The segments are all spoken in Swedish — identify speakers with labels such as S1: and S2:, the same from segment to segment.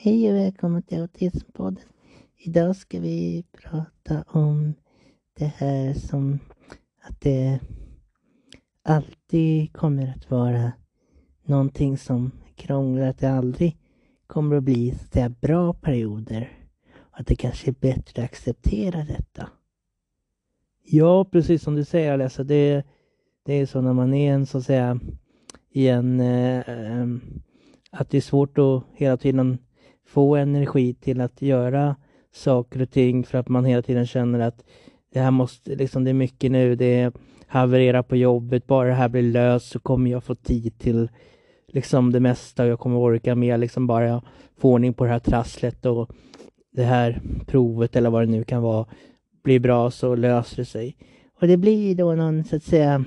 S1: Hej och välkommen till Autismpodden. Idag ska vi prata om det här som att det alltid kommer att vara någonting som krånglar, att det aldrig kommer att bli så där bra perioder. Och att det kanske är bättre att acceptera detta.
S2: Ja, precis som du säger, Alessa. Det är så när man är en, så att säga, att det är svårt att hela tiden få energi till att göra saker och ting, för att man hela tiden känner att det här måste, liksom, det är mycket nu, det havererar på jobbet, bara det här blir löst så kommer jag få tid till liksom det mesta, och jag kommer orka med liksom bara få ordning på det här trasslet, och det här provet eller vad det nu kan vara blir bra, så löser det sig.
S1: Och det blir då någon, så att säga,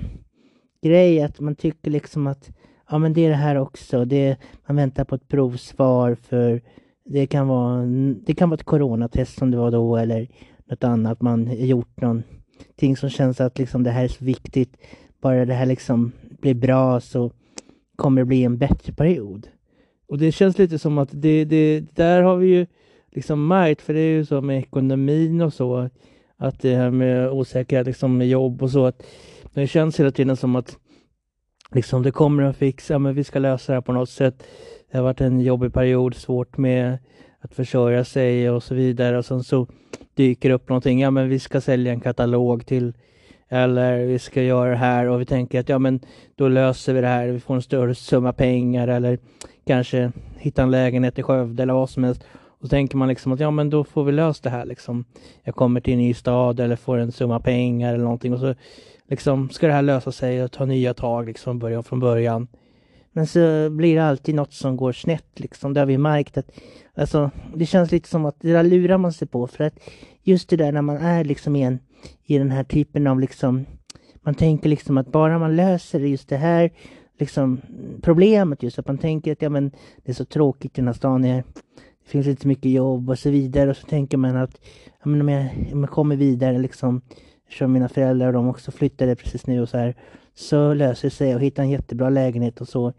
S1: grej att man tycker liksom att ja, men det är det här också. Man väntar på ett provsvar, för det kan vara ett coronatest som det var då, eller något annat. Man har gjort någonting som känns att liksom det här är så viktigt. Bara det här liksom blir bra så kommer det bli en bättre period.
S2: Och det känns lite som att det där har vi ju liksom märkt, för det är ju så med ekonomin och så, att det här med osäkerhet liksom med jobb och så, att det känns hela tiden som att liksom det kommer att fixa, men vi ska lösa det här på något sätt. Det har varit en jobbig period, svårt med att försörja sig och så vidare, och sen så dyker upp någonting, ja men vi ska sälja en katalog till, eller vi ska göra det här, och vi tänker att ja men då löser vi det här, vi får en större summa pengar, eller kanske hitta en lägenhet i Skövde eller vad som helst. Och så tänker man liksom att ja men då får vi lösa det här liksom. Jag kommer till en ny stad eller får en summa pengar eller någonting, och så liksom ska det här lösa sig och ta nya tag liksom, börja från början.
S1: Men så blir det alltid något som går snett liksom. Det har vi märkt att alltså, det känns lite som att det där lurar man sig på, för att just det där när man är liksom i den här typen av liksom, man tänker liksom att bara man löser just det här liksom problemet, just att man tänker att ja men det är så tråkigt i den här stan här. Det finns inte så mycket jobb och så vidare, och så tänker man att ja, men om jag kommer vidare liksom, som mina föräldrar och de också flyttade precis nu och så här, så löser det sig och hittar en jättebra lägenhet och så.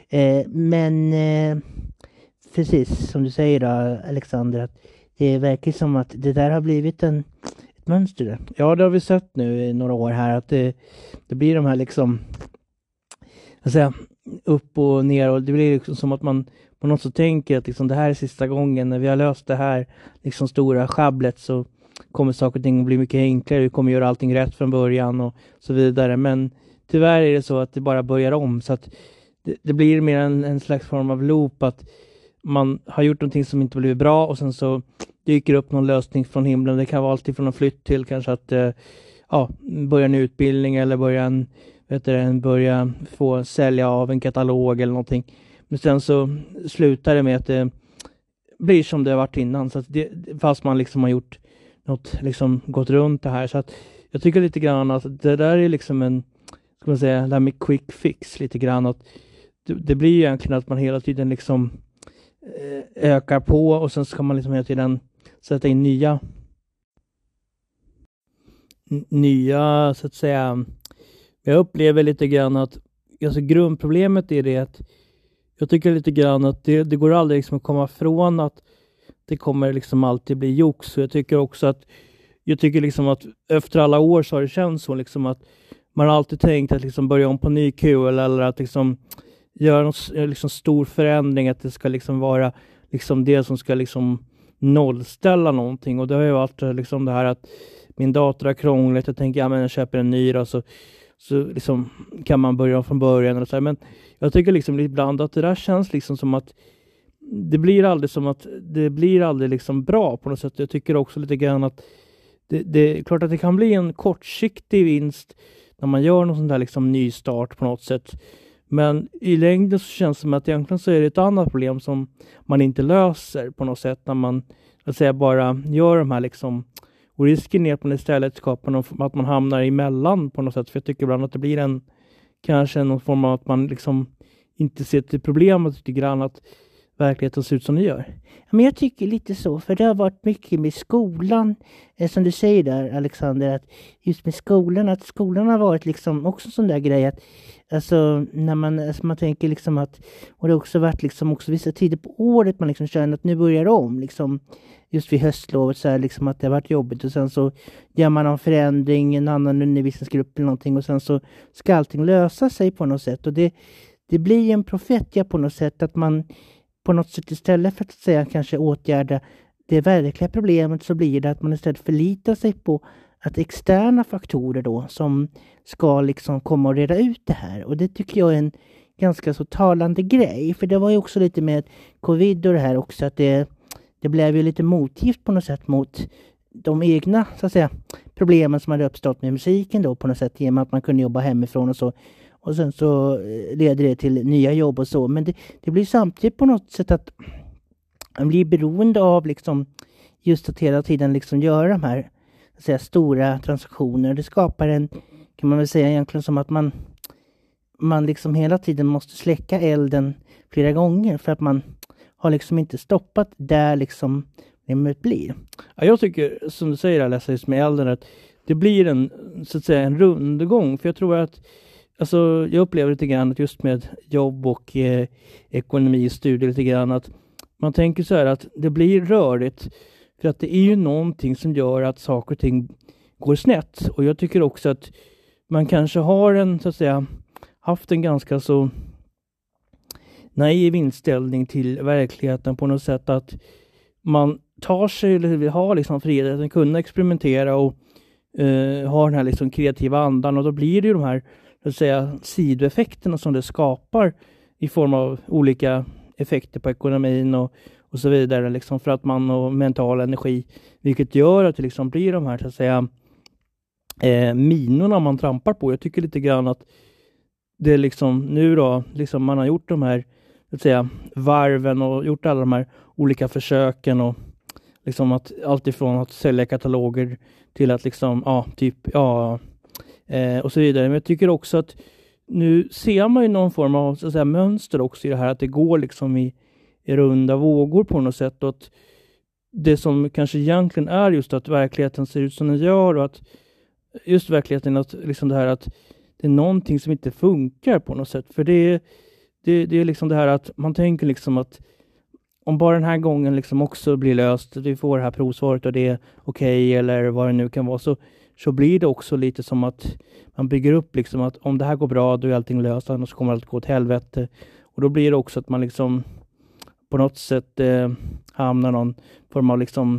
S1: Men precis som du säger då, Alexander, att det verkar som att det där har blivit ett mönster.
S2: Ja, det har vi sett nu i några år här, att det blir de här liksom, jag säga, upp och ner, och det blir liksom som att man på något sätt tänker att liksom det här är sista gången, när vi har löst det här liksom stora schabblet, så kommer saker och ting att bli mycket enklare, vi kommer göra allting rätt från början och så vidare. Men tyvärr är det så att det bara börjar om, så att det blir mer en slags form av loop, att man har gjort någonting som inte blivit bra, och sen så dyker upp någon lösning från himlen. Det kan vara alltid från en flytt till kanske att börja en utbildning, eller börja få sälja av en katalog eller någonting. Men sen så slutar det med att det blir som det har varit innan, så att fast man liksom har gjort något, liksom gått runt det här. Så att jag tycker lite grann att det där är liksom ska man säga, det här med quick fix lite grann, att det blir egentligen att man hela tiden liksom ökar på, och sen ska man liksom hela tiden sätta in nya så att säga. Jag upplever lite grann att alltså grundproblemet är det att jag tycker lite grann att det går aldrig liksom att komma från att det kommer liksom alltid bli jox. Så jag tycker liksom att efter alla år så har det känts så liksom att man har alltid tänkt att liksom börja om på ny kul, eller att liksom göra någon liksom stor förändring, att det ska liksom vara liksom det som ska liksom nollställa någonting. Och det har ju varit liksom det här att min dator har krånglat, jag tänker jag köper en ny då, så liksom kan man börja från början eller så här. Men jag tycker liksom ibland att det där känns liksom som att det blir aldrig liksom bra på något sätt. Jag tycker också lite grann att det är klart att det kan bli en kortsiktig vinst när man gör någon sån där liksom nystart på något sätt. Men i längden så känns det som att egentligen så är det ett annat problem som man inte löser på något sätt när man bara gör de här liksom. Och risken är att man istället skapar att man hamnar emellan på något sätt. För jag tycker ibland att det blir kanske någon form av att man liksom inte ser till problemet lite grann. Att verkligheten ser ut som den gör.
S1: Men jag tycker lite så, för det har varit mycket med skolan, som du säger där Alexander, att just med skolan, att skolan har varit liksom också sån där grej att alltså när man tänker liksom att, och det har också varit liksom också vissa tider på året man liksom känner att nu börjar det om liksom, just vid höstlovet så här liksom att det har varit jobbigt och sen så gör man en förändring, en annan undervisningsgrupp eller någonting och sen så ska allting lösa sig på något sätt och det blir en profetia på något sätt att man på något sätt istället för att säga kanske åtgärda det verkliga problemet så blir det att man istället förlitar sig på att externa faktorer då som ska liksom komma och reda ut det här. Och det tycker jag är en ganska så talande grej. För det var ju också lite med covid och det här också att det blev ju lite motgift på något sätt mot de egna så att säga problemen som hade uppstått med musiken då på något sätt genom att man kunde jobba hemifrån och så. Och sen så leder det till nya jobb och så. Men det blir samtidigt på något sätt att man blir beroende av liksom just att hela tiden liksom göra de här så att säga, stora transaktioner. Det skapar en, kan man väl säga egentligen som att man liksom hela tiden måste släcka elden flera gånger för att man har liksom inte stoppat där liksom det blir.
S2: Ja, jag tycker som du säger Alessa just med elden att det blir en så att säga en rundgång för jag tror att alltså, jag upplever lite grann att just med jobb och ekonomi och studier lite grann att man tänker så här att det blir rörigt för att det är ju någonting som gör att saker och ting går snett. Och jag tycker också att man kanske har en så att säga haft en ganska så naiv inställning till verkligheten på något sätt att man tar sig eller vill ha liksom friheten, kunna experimentera och ha den här liksom kreativa andan och då blir det ju de här så att säga sidoeffekterna som det skapar i form av olika effekter på ekonomin och så vidare liksom för att man har mental energi vilket gör att det liksom blir de här så att säga minorna man trampar på. Jag tycker lite grann att det liksom nu då liksom man har gjort de här så att säga varven och gjort alla de här olika försöken och liksom att allt ifrån att sälja kataloger till att liksom och så vidare. Men jag tycker också att nu ser man ju någon form av så att säga, mönster också i det här att det går liksom i runda vågor på något sätt och att det som kanske egentligen är just att verkligheten ser ut som den gör och att just verkligheten att liksom det här att det är någonting som inte funkar på något sätt för det är liksom det här att man tänker liksom att om bara den här gången liksom också blir löst, vi får det här provsvaret och det är okej, eller vad det nu kan vara så blir det också lite som att man bygger upp liksom att om det här går bra då är allting löst annars kommer allt gå åt helvete och då blir det också att man liksom på något sätt hamnar någon form av liksom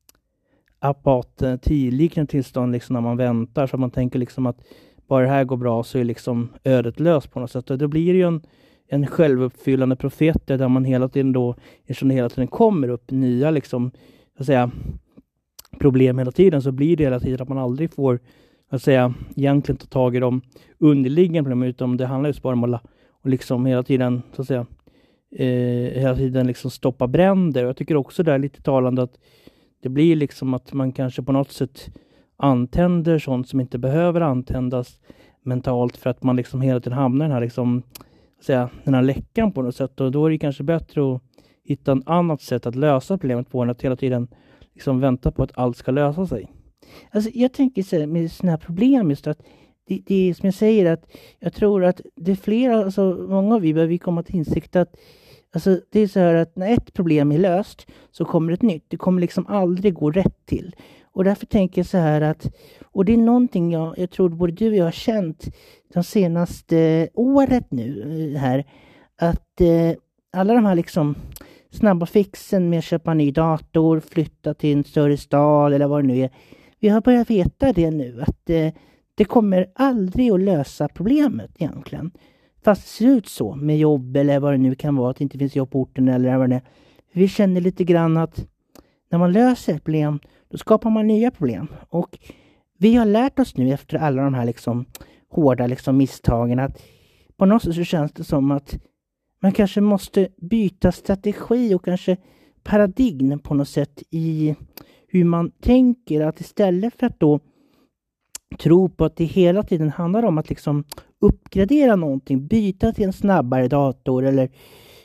S2: apatiliknande tillstånd liksom när man väntar så man tänker liksom att bara det här går bra så är liksom ödet löst på något sätt och då blir det ju en självuppfyllande profet där man hela tiden då eftersom det hela tiden kommer upp nya liksom så att säga problem hela tiden så blir det hela tiden att man aldrig får att säga egentligen ta tag i de underliggande problemen utan det handlar ju bara om att och liksom hela tiden så att säga hela tiden liksom stoppa bränder och jag tycker också det är lite talande att det blir liksom att man kanske på något sätt antänder sånt som inte behöver antändas mentalt för att man liksom hela tiden hamnar i den här liksom säga, den här läckan på något sätt och då är det kanske bättre att hitta ett annat sätt att lösa problemet på än att hela tiden liksom vänta på att allt ska lösa sig.
S1: Alltså jag tänker så här, med sådana här problem just att det är som jag säger att jag tror att det är flera, alltså många av vi behöver komma till insikt att alltså det är så här att när ett problem är löst så kommer ett nytt. Det kommer liksom aldrig gå rätt till. Och därför tänker jag så här att, och det är någonting jag tror både du och jag har känt de senaste året nu här, att alla de här liksom snabba fixen med att köpa en ny dator, flytta till en större stad eller vad det nu är. Vi har börjat veta det nu att det kommer aldrig att lösa problemet egentligen. Fast det ser ut så med jobb eller vad det nu kan vara, att det inte finns jobb på orten eller vad det är. Vi känner lite grann att när man löser ett problem, då skapar man nya problem. Och vi har lärt oss nu efter alla de här liksom hårda liksom misstagen att på något sätt så känns det som att man kanske måste byta strategi och kanske paradigm på något sätt i hur man tänker. Att istället för att då tro på att det hela tiden handlar om att liksom uppgradera någonting, byta till en snabbare dator eller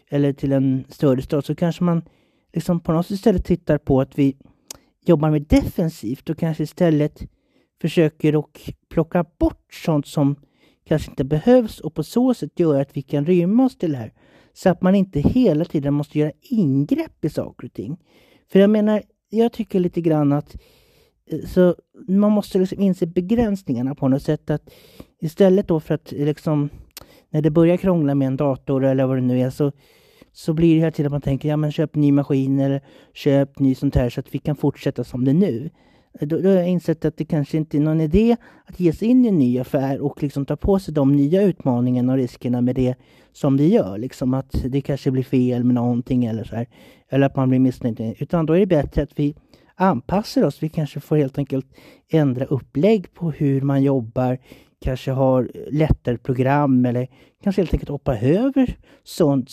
S1: eller till en större stad, så kanske man liksom på något sätt istället tittar på att vi jobbar med defensivt och kanske istället försöker och plocka bort sånt som kanske inte behövs och på så sätt gör att vi kan rymma oss till det här. Så att man inte hela tiden måste göra ingrepp i saker och ting. För jag menar, jag tycker lite grann att så man måste liksom inse begränsningarna på något sätt, att istället då för att liksom när det börjar krångla med en dator eller vad det nu är, så blir det här till att man tänker, ja men köp ny maskin eller köp ny sånt här så att vi kan fortsätta som det nu. Då har jag insett att det kanske inte är någon idé att ge sig in i en ny affär och liksom ta på sig de nya utmaningarna och riskerna med det som det gör. Liksom att det kanske blir fel med någonting eller så här. Eller att man blir missnöjd. Utan då är det bättre att vi anpassar oss. Vi kanske får helt enkelt ändra upplägg på hur man jobbar. Kanske har lättare program eller kanske helt enkelt hoppa över sånt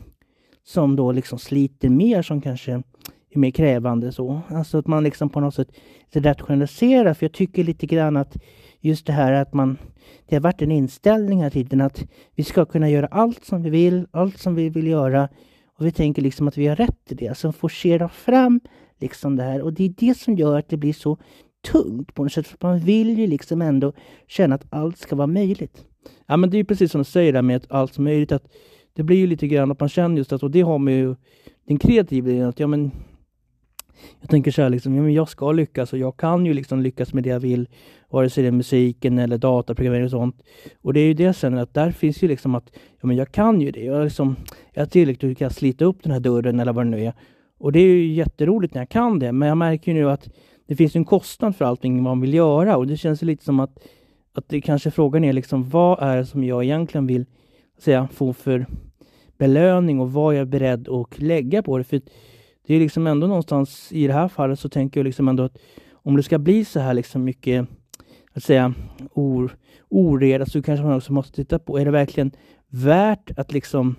S1: som då liksom sliter mer, som kanske är mer krävande så. Alltså att man liksom på något sätt rationaliserar. För jag tycker lite grann att just det här att det har varit en inställning här tiden att vi ska kunna göra allt som vi vill, allt som vi vill göra. Och vi tänker liksom att vi har rätt till det. Alltså forcera fram liksom det här. Och det är det som gör att det blir så tungt på något sätt. För man vill ju liksom ändå känna att allt ska vara möjligt.
S2: Ja, men det är ju precis som du säger där med att allt som är möjligt. Att det blir ju lite grann att man känner just att, och det har man ju den kreativa idén att, ja men jag tänker så här liksom, ja men jag ska lyckas och jag kan ju liksom lyckas med det jag vill, vare sig det är musiken eller dataprogrammering och sånt. Och det är ju det sen att där finns ju liksom att, ja men jag kan ju det. Jag är tillräckligt att kan slita upp den här dörren eller vad det nu är. Och det är ju jätteroligt när jag kan det, men jag märker ju nu att det finns en kostnad för allting man vill göra, och det känns lite som att det kanske frågan är liksom, vad är det som jag egentligen vill få för belöning och vad jag är beredd att lägga på det. För det är liksom ändå någonstans i det här fallet så tänker jag liksom ändå att om det ska bli så här liksom mycket oreda, så kanske man också måste titta på, är det verkligen värt att liksom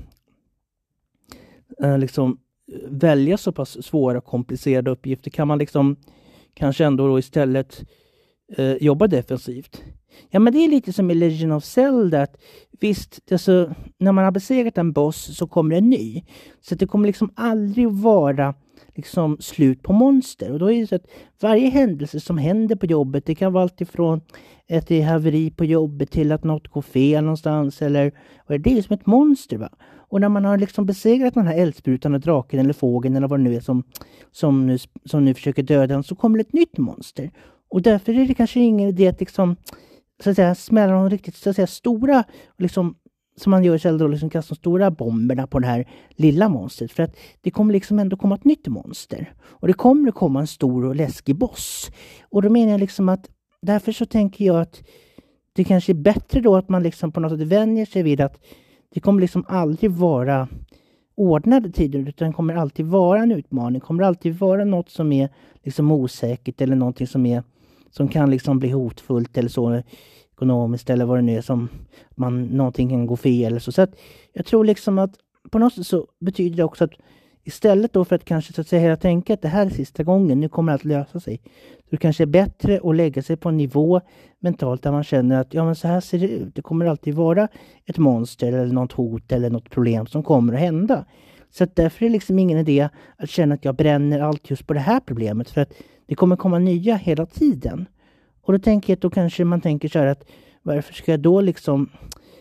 S2: välja så pass svåra och komplicerade uppgifter? Kan man liksom kanske ändå då istället jobba defensivt? Ja, men det är lite som i Legend of Zelda, att visst, alltså, när man har besegrat en boss så kommer en ny. Så att det kommer liksom aldrig vara liksom slut på monster. Och då är det så att varje händelse som händer på jobbet, det kan vara allt ifrån ett haveri på jobbet till att något går fel någonstans, eller det är ju som ett monster, va? Och när man har liksom besegrat den här eldsprutan och draken eller fågeln eller vad det nu är som nu försöker döda den, så kommer ett nytt monster. Och därför är det kanske ingen idé att liksom så att säga smälla de riktigt så att säga stora, liksom som man gör i Zelda, liksom kasta de stora bomberna på det här lilla monstret, för att det kommer liksom ändå komma ett nytt monster. Och det kommer komma en stor och läskig boss. Och då menar jag liksom att därför så tänker jag att det kanske är bättre då att man liksom på något sätt vänjer sig vid att det kommer liksom aldrig vara ordnade tider, utan det kommer alltid vara en utmaning. Det kommer alltid vara något som är liksom osäkert, eller någonting som kan liksom bli hotfullt eller så ekonomiskt, eller vad det nu är, som någonting kan gå fel. Så att jag tror liksom att på något sätt så betyder det också att istället då för att kanske så att säga tänka att det här är sista gången, nu kommer allt lösa sig. Så det kanske är bättre att lägga sig på en nivå mentalt där man känner att ja men så här ser det ut. Det kommer alltid vara ett monster eller något hot eller något problem som kommer att hända. Så att därför är det liksom ingen idé att känna att jag bränner allt just på det här problemet, för att det kommer komma nya hela tiden. Och då tänker jag att då kanske man tänker så här att varför ska jag då liksom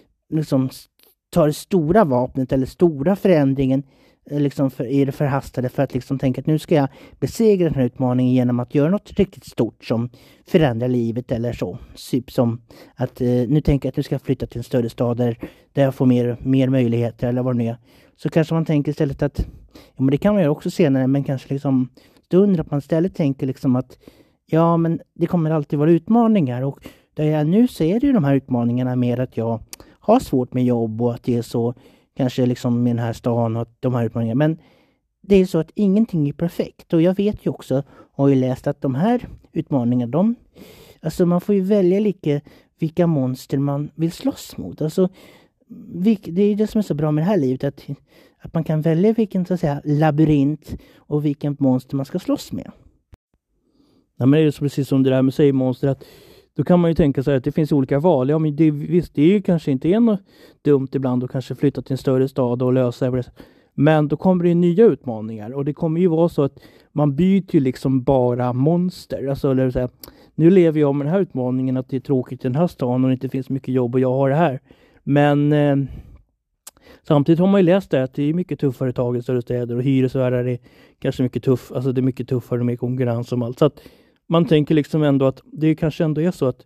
S2: ta det stora vapnet eller stora förändringen liksom i det förhastade, för att liksom tänka att nu ska jag besegra den här utmaningen genom att göra något riktigt stort som förändrar livet eller så. Typ som att nu tänker jag att nu ska jag flytta till en större stad där jag får mer möjligheter eller vad det nu är. Så kanske man tänker istället att, ja men det kan man göra också senare, men kanske liksom stunder att man istället tänker liksom att ja men det kommer alltid vara utmaningar, och där jag nu ser ju de här utmaningarna med att jag har svårt med jobb och att det är så kanske liksom med den här stan och de här utmaningarna. Men det är så att ingenting är perfekt, och jag vet ju också och har ju läst att de här utmaningarna, alltså man får ju välja vilka monster man vill slåss mot. Alltså det är det som är så bra med det här livet, att man kan välja vilken så att säga labyrint och vilken monster man ska slåss med. Ja, men det är precis som det där med sig monster, att då kan man ju tänka sig att det finns olika val. Ja, men visst, det är ju kanske inte något dumt ibland att kanske flytta till en större stad och lösa det. Men då kommer det nya utmaningar och det kommer ju vara så att man byter ju liksom bara monster. Alltså, eller så här, nu lever jag med den här utmaningen att det är tråkigt i den här stan och det inte finns mycket jobb och jag har det här. Men samtidigt har man ju läst det att det är mycket tuffare tag i större städer och hyresvärdar är kanske mycket tuff. Alltså det är mycket tuffare med konkurrens och allt. Så att man tänker liksom ändå att det kanske ändå är så att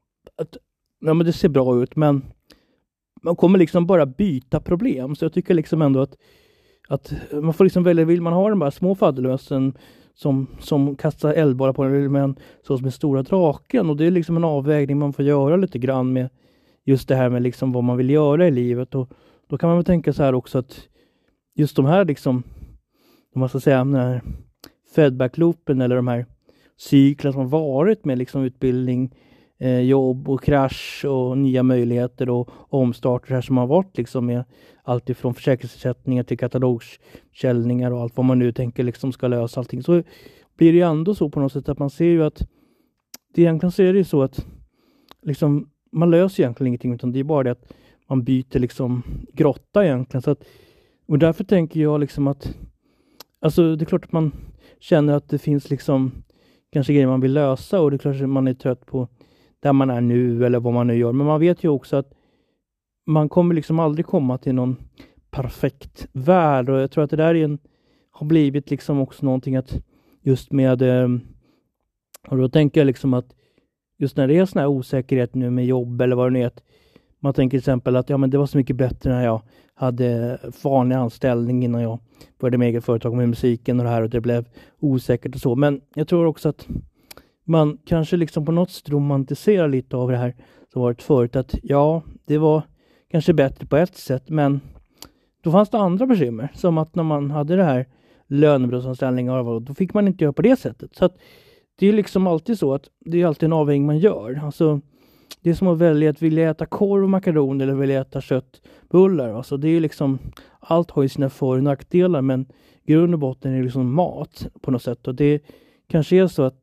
S2: ja, men det ser bra ut men man kommer liksom bara byta problem. Så jag tycker liksom ändå att man får liksom välja, vill man ha de bara små fadderlösen som kastar eldbollar på den, men så som är stora draken. Och det är liksom en avvägning man får göra lite grann med just det här med liksom vad man vill göra i livet. Och då kan man väl tänka så här också att just de här liksom, om man ska säga den här feedback-loopen eller de här cyklerna som har varit med liksom utbildning, jobb och krasch och nya möjligheter och omstarter här som har varit liksom med allt ifrån försäkringsersättningar till katalogförsäljningar och allt vad man nu tänker liksom ska lösa allting. Så blir det ju ändå så på något sätt att man ser ju att det egentligen så är det ju så att liksom man löser egentligen ingenting utan det är bara det att man byter liksom grotta egentligen. Så att, och därför tänker jag liksom att alltså det är klart att man känner att det finns liksom kanske grejer man vill lösa och det är klart att man är trött på där man är nu eller vad man nu gör. Men man vet ju också att man kommer liksom aldrig komma till någon perfekt värld. Och jag tror att det där har blivit liksom också någonting att just med och då tänker jag liksom att just när det är sån här osäkerhet nu med jobb eller vad det nu är, att man tänker till exempel att ja, men det var så mycket bättre när jag hade vanlig anställning innan jag började med eget företag med musiken och det här och det blev osäkert och så. Men jag tror också att man kanske liksom på något sätt romantiserar lite av det här som varit förut. Att ja, det var kanske bättre på ett sätt. Men då fanns det andra bekymmer. Som att när man hade det här lönebidragsanställningar då fick man inte göra på det sättet. Så att det är liksom alltid så att det är alltid en avvägning man gör. Alltså det är som att välja att vilja äta korv och makaron eller vilja äta köttbullar. Alltså det är liksom, allt har ju sina för- och nackdelar men grund och botten är liksom mat på något sätt. Och det kanske är så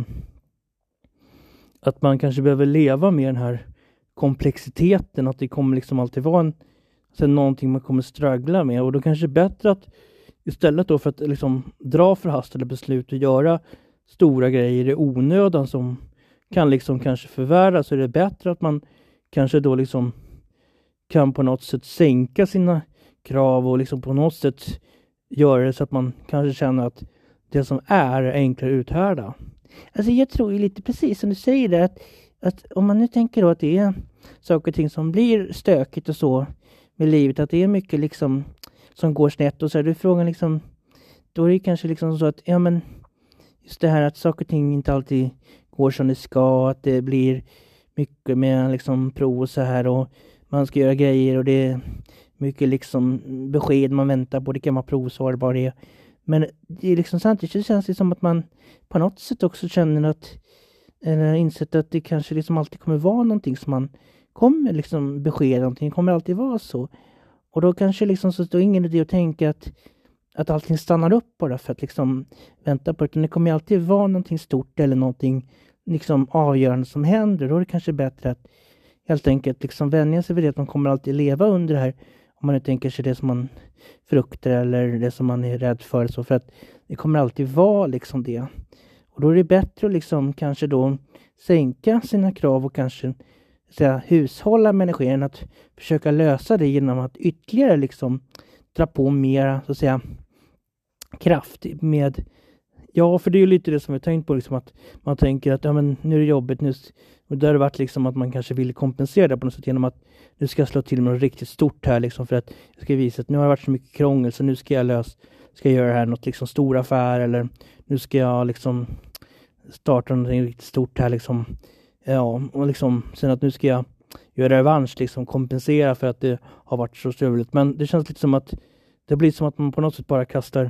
S2: att man kanske behöver leva med den här komplexiteten. Att det kommer liksom alltid vara någonting man kommer struggla med. Och då kanske det är bättre att istället då för att liksom dra förhastade beslut och göra stora grejer i onödan som kan liksom kanske förvärra, så är det bättre att man kanske då liksom kan på något sätt sänka sina krav och liksom på något sätt göra det så att man kanske känner att det som är enklare uthärda.
S1: Alltså jag tror ju lite precis som du säger där att om man nu tänker då att det är saker och ting som blir stökigt och så med livet, att det är mycket liksom som går snett och så är det frågan liksom, då är det kanske liksom så att ja men just det här att saker och ting inte alltid går som det ska, att det blir mycket med liksom prov och så här och man ska göra grejer och det är mycket liksom besked man väntar på, det kan vara provsvar bara det. Men det är liksom samtidigt känns det som att man på något sätt också känner att eller insett att det kanske liksom alltid kommer vara någonting som man kommer liksom besked någonting, det kommer alltid vara så. Och då kanske liksom så står ingen idé att tänka att allting stannar upp bara för att liksom vänta på det. Utan det kommer alltid vara någonting stort eller någonting liksom avgörande som händer. Då är det kanske bättre att helt enkelt liksom vänja sig vid det att man kommer alltid leva under det här. Om man nu tänker sig det som man fruktar eller det som man är rädd för. Så för att det kommer alltid vara liksom det. Och då är det bättre att liksom kanske då sänka sina krav och kanske säga, hushålla med energi än att försöka lösa det genom att ytterligare liksom dra på mer så att säga kraft med, ja för det är ju lite det som vi tänkt på liksom att man tänker att ja men nu är det jobbigt nu, och där har det varit liksom att man kanske vill kompensera det på något sätt genom att nu ska jag slå till med något riktigt stort här liksom för att jag ska visa att nu har det varit så mycket krångel så nu ska jag göra det här något liksom stor affär eller nu ska jag liksom starta något riktigt stort här liksom. Ja, och liksom sen att nu ska jag göra revansch, liksom kompensera för att det har varit så struligt. Men det känns lite som att det blir som att man på något sätt bara kastar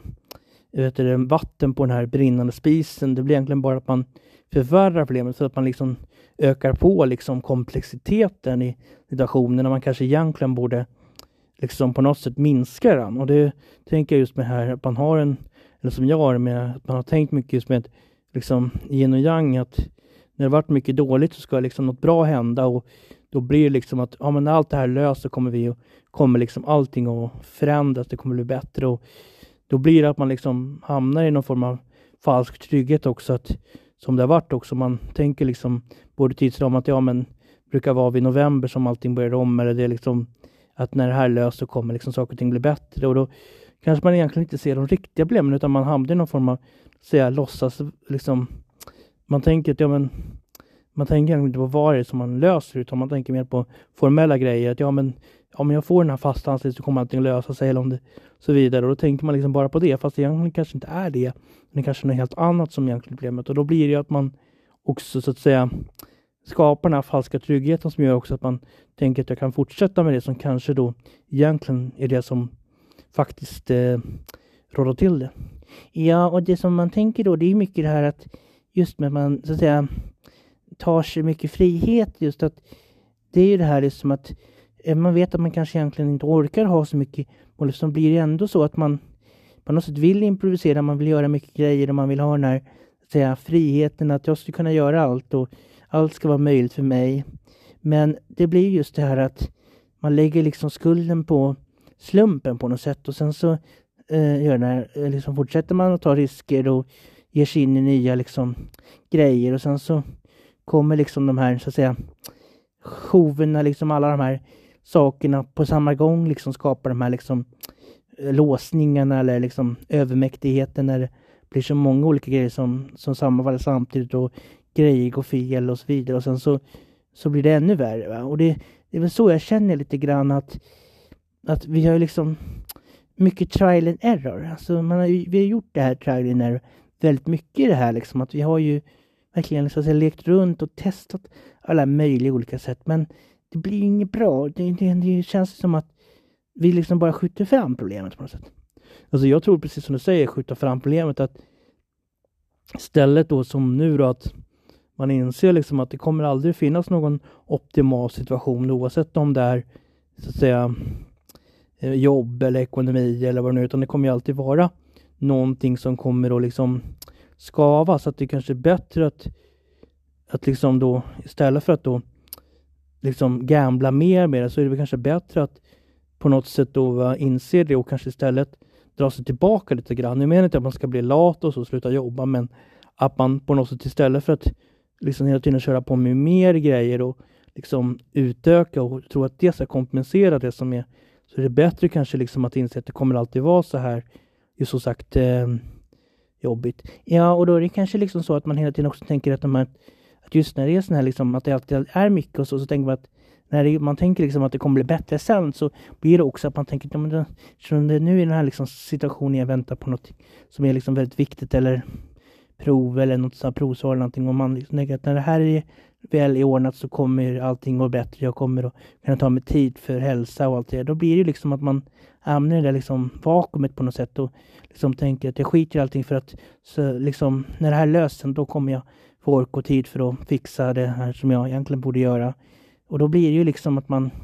S1: vatten på den här brinnande spisen. Det blir egentligen bara att man förvärrar problemet så att man liksom ökar på liksom komplexiteten i situationen när man kanske egentligen borde liksom på något sätt minska den. Och det tänker jag just med här att man har eller som jag har med att man har tänkt mycket just med liksom yin och yang, att när det varit mycket dåligt så ska liksom något bra hända och
S2: då blir det liksom att men när allt det här löser kommer liksom allting att förändras, det kommer bli bättre, och då blir det att man liksom hamnar i någon form av falsk trygghet också, att som det har varit också, man tänker liksom både tidsram att brukar vara vid november som allting börjar om, eller det är liksom att när det här löser kommer liksom saker och ting bli bättre, och då kanske man egentligen inte ser de riktiga problemen, utan man hamnar i någon form av låtsas liksom, man tänker att man tänker inte på vad det är som man löser, utan man tänker mer på formella grejer, att om jag får den här fasta anställningen så kommer allting lösa sig, eller om det så vidare, och då tänker man liksom bara på det, fast det egentligen kanske inte är det, men det kanske är något helt annat som egentligen är problemet, och då blir det ju att man också så att säga skapar den här falska tryggheten som gör också att man tänker att jag kan fortsätta med det som kanske då egentligen är det som faktiskt råder till det.
S1: Ja, och det som man tänker då, det är mycket det här att just med man så att säga tar sig mycket frihet, just att det är ju det här liksom att man vet att man kanske egentligen inte orkar ha så mycket, och liksom blir det ändå så att man på något sätt vill improvisera, man vill göra mycket grejer, och man vill ha den här så att säga friheten att jag ska kunna göra allt och allt ska vara möjligt för mig. Men det blir just det här att man lägger liksom skulden på slumpen på något sätt, och sen så liksom fortsätter man att ta risker och ger sig in i nya liksom grejer, och sen så kommer liksom de här så att säga showerna, liksom alla de här sakerna på samma gång liksom skapar de här liksom låsningarna eller liksom övermäktigheten, när det blir så många olika grejer som sammanfaller samtidigt och grejer går fel och så vidare, och sen så blir det ännu värre, va? Och det är väl så jag känner lite grann att vi har liksom mycket trial and error, alltså vi har gjort det här trial and error väldigt mycket i det här liksom, att vi har ju verkligen så att säga lekt runt och testat alla möjliga olika sätt, men det blir inget bra. Det känns som att vi liksom bara skjuter fram problemet på något sätt.
S2: Alltså jag tror precis som du säger, skjuta fram problemet, att istället då som nu då, att man inser liksom att det kommer aldrig finnas någon optimal situation, oavsett om det är så att säga jobb eller ekonomi eller vad det nu är, utan det kommer ju alltid vara någonting som kommer att liksom skava, så att det kanske är bättre att liksom då istället för att då liksom gambla mer med det, så är det väl kanske bättre att på något sätt då inse det och kanske istället dra sig tillbaka lite grann. Jag menar inte att man ska bli lat och så sluta jobba, men att man på något sätt istället för att liksom hela tiden köra på med mer grejer och liksom utöka och tro att det ska kompensera det som är, så är det bättre kanske liksom att inse att det kommer alltid vara så här, ju så sagt jobbigt. Ja, och då är det kanske liksom så att man hela tiden också tänker att just när det är sån här liksom, att det alltid är mycket och så tänker man att när man tänker liksom att det kommer bli bättre sen, så blir det också att man tänker att nu är den här liksom situationen jag väntar på något som är liksom väldigt viktigt, eller prov eller något sånt här provsvar eller någonting, och man liksom tänker att när det här är väl i ordnat så kommer allting gå bättre, jag kommer att kunna ta mig tid för hälsa och allt det. Då blir det liksom att man hamnar i det liksom vakuumet på något sätt och liksom tänker att jag skiter i allting, för att så liksom när det här löser, då kommer jag få ork och tid för att fixa det här som jag egentligen borde göra. Och då blir det ju liksom att man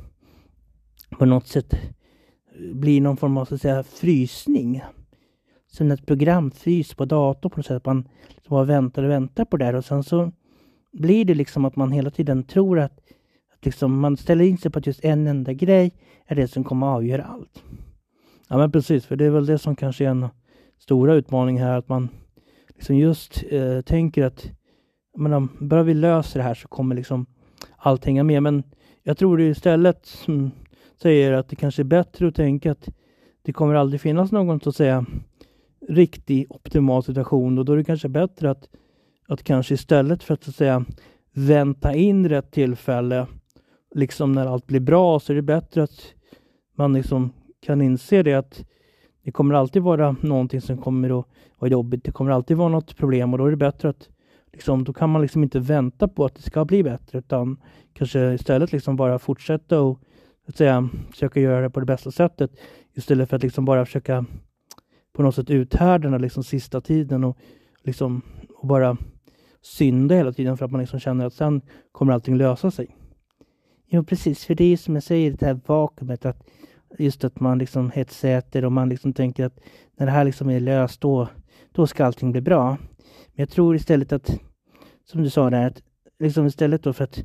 S2: på något sätt blir någon form av så att säga frysning. Som ett programfrys på dator på något sätt. Att man liksom bara väntar på det här. Och sen så blir det liksom att man hela tiden tror att liksom man ställer in sig på att just en enda grej är det som kommer att avgöra allt. Ja, men precis, för det är väl det som kanske är en stora utmaning här. Att man liksom just tänker att bara vi löser det här så kommer liksom allt hänga med. Men jag tror det istället som säger att det kanske är bättre att tänka att det kommer aldrig finnas någon så att säga riktig optimal situation, och då är det kanske bättre att kanske istället för att så att säga vänta in rätt tillfälle liksom när allt blir bra, så är det bättre att man liksom kan inse det, att det kommer alltid vara någonting som kommer att vara jobbigt, det kommer alltid vara något problem, och då är det bättre att liksom, då kan man liksom inte vänta på att det ska bli bättre, utan kanske istället liksom bara fortsätta och att säga, försöka göra det på det bästa sättet, istället för att liksom bara försöka på något sätt uthärda den liksom sista tiden och liksom och bara synda hela tiden, för att man liksom känner att sen kommer allting lösa sig.
S1: Jo, precis, för det är som jag säger, det här vakuumet, att just att man liksom hetsäter och man liksom tänker att när det här liksom är löst, då ska allting bli bra. Men jag tror istället att, som du sa där, att liksom istället då för att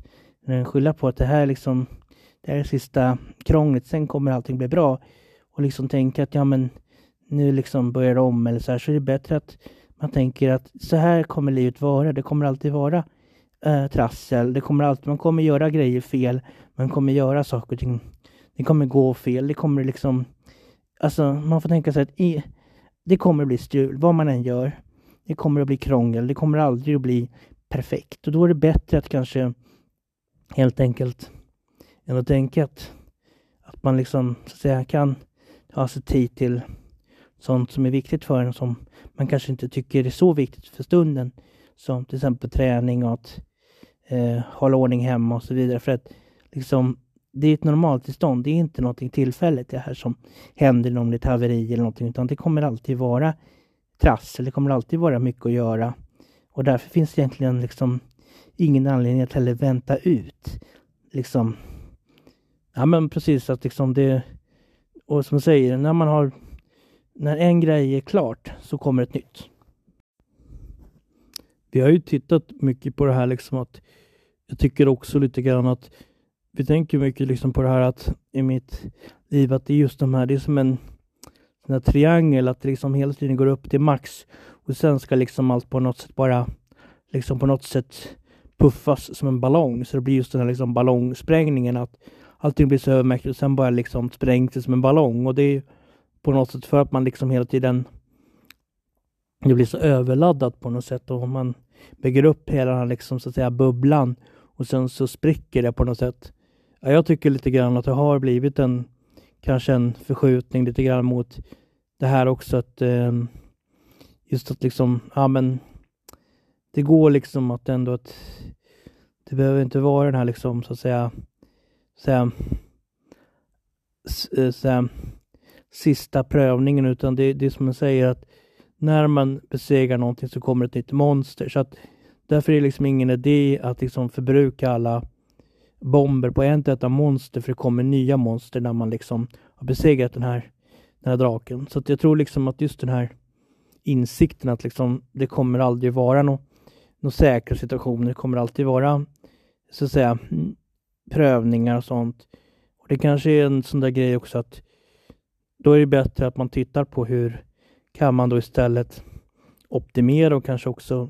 S1: skylla på att det här liksom, det här är sista krånglet, sen kommer allting bli bra. Och liksom tänka att ja men nu liksom börjar om eller så här, så är det bättre att man tänker att så här kommer livet vara. Det kommer alltid vara trassel. Det kommer alltid, man kommer göra grejer fel. Man kommer göra saker och ting. Det kommer gå fel. Det kommer liksom, alltså man får tänka sig att det kommer bli strul. Vad man än gör. Det kommer att bli krångel. Det kommer aldrig att bli perfekt. Och då är det bättre att kanske helt enkelt än att tänka att man liksom så att säga kan ha sig tid till sånt som är viktigt för en, som man kanske inte tycker är så viktigt för stunden, som till exempel träning och att hålla ordning hemma och så vidare, för att liksom det är ett normalt tillstånd, det är inte någonting tillfälligt det här som händer om det är ett haveri eller någonting, utan det kommer alltid vara trassel, det kommer alltid vara mycket att göra, och därför finns det egentligen liksom ingen anledning att heller vänta ut liksom, ja men precis, att liksom det, och som jag säger, när en grej är klart så kommer ett nytt. Vi har ju tittat mycket på det här liksom, att jag tycker också lite grann att vi tänker mycket liksom på det här att i mitt liv att det är just de här, det är som en sån här triangel, att det liksom hela tiden går upp till max och sen ska liksom allt på något sätt bara liksom på något sätt puffas som en ballong, så det blir just den här liksom ballongsprängningen, att allting blir så övermäktigt och sen bara liksom sprängs det som en ballong, och det är på något sätt för att man liksom hela tiden, det blir så överladdat på något sätt, och man bygger upp hela den här liksom så att säga bubblan och sen så spricker det på något sätt. Ja, jag tycker lite grann att det har blivit kanske en förskjutning lite grann mot det här också, att just att liksom, ja men det går liksom att ändå att det behöver inte vara den här liksom så att säga sista prövningen, utan det är som man säger, att när man besegrar någonting så kommer ett nytt monster, så att därför är det liksom ingen idé att liksom förbruka alla bomber på ett enda monster, för det kommer nya monster när man liksom har besegrat den här draken. Så att jag tror liksom att just den här insikten att liksom det kommer aldrig vara någon säkra situationer, det kommer alltid vara så att säga prövningar och sånt. Och det kanske är en sån där grej också, att då är det bättre att man tittar på hur kan man då istället optimera och kanske också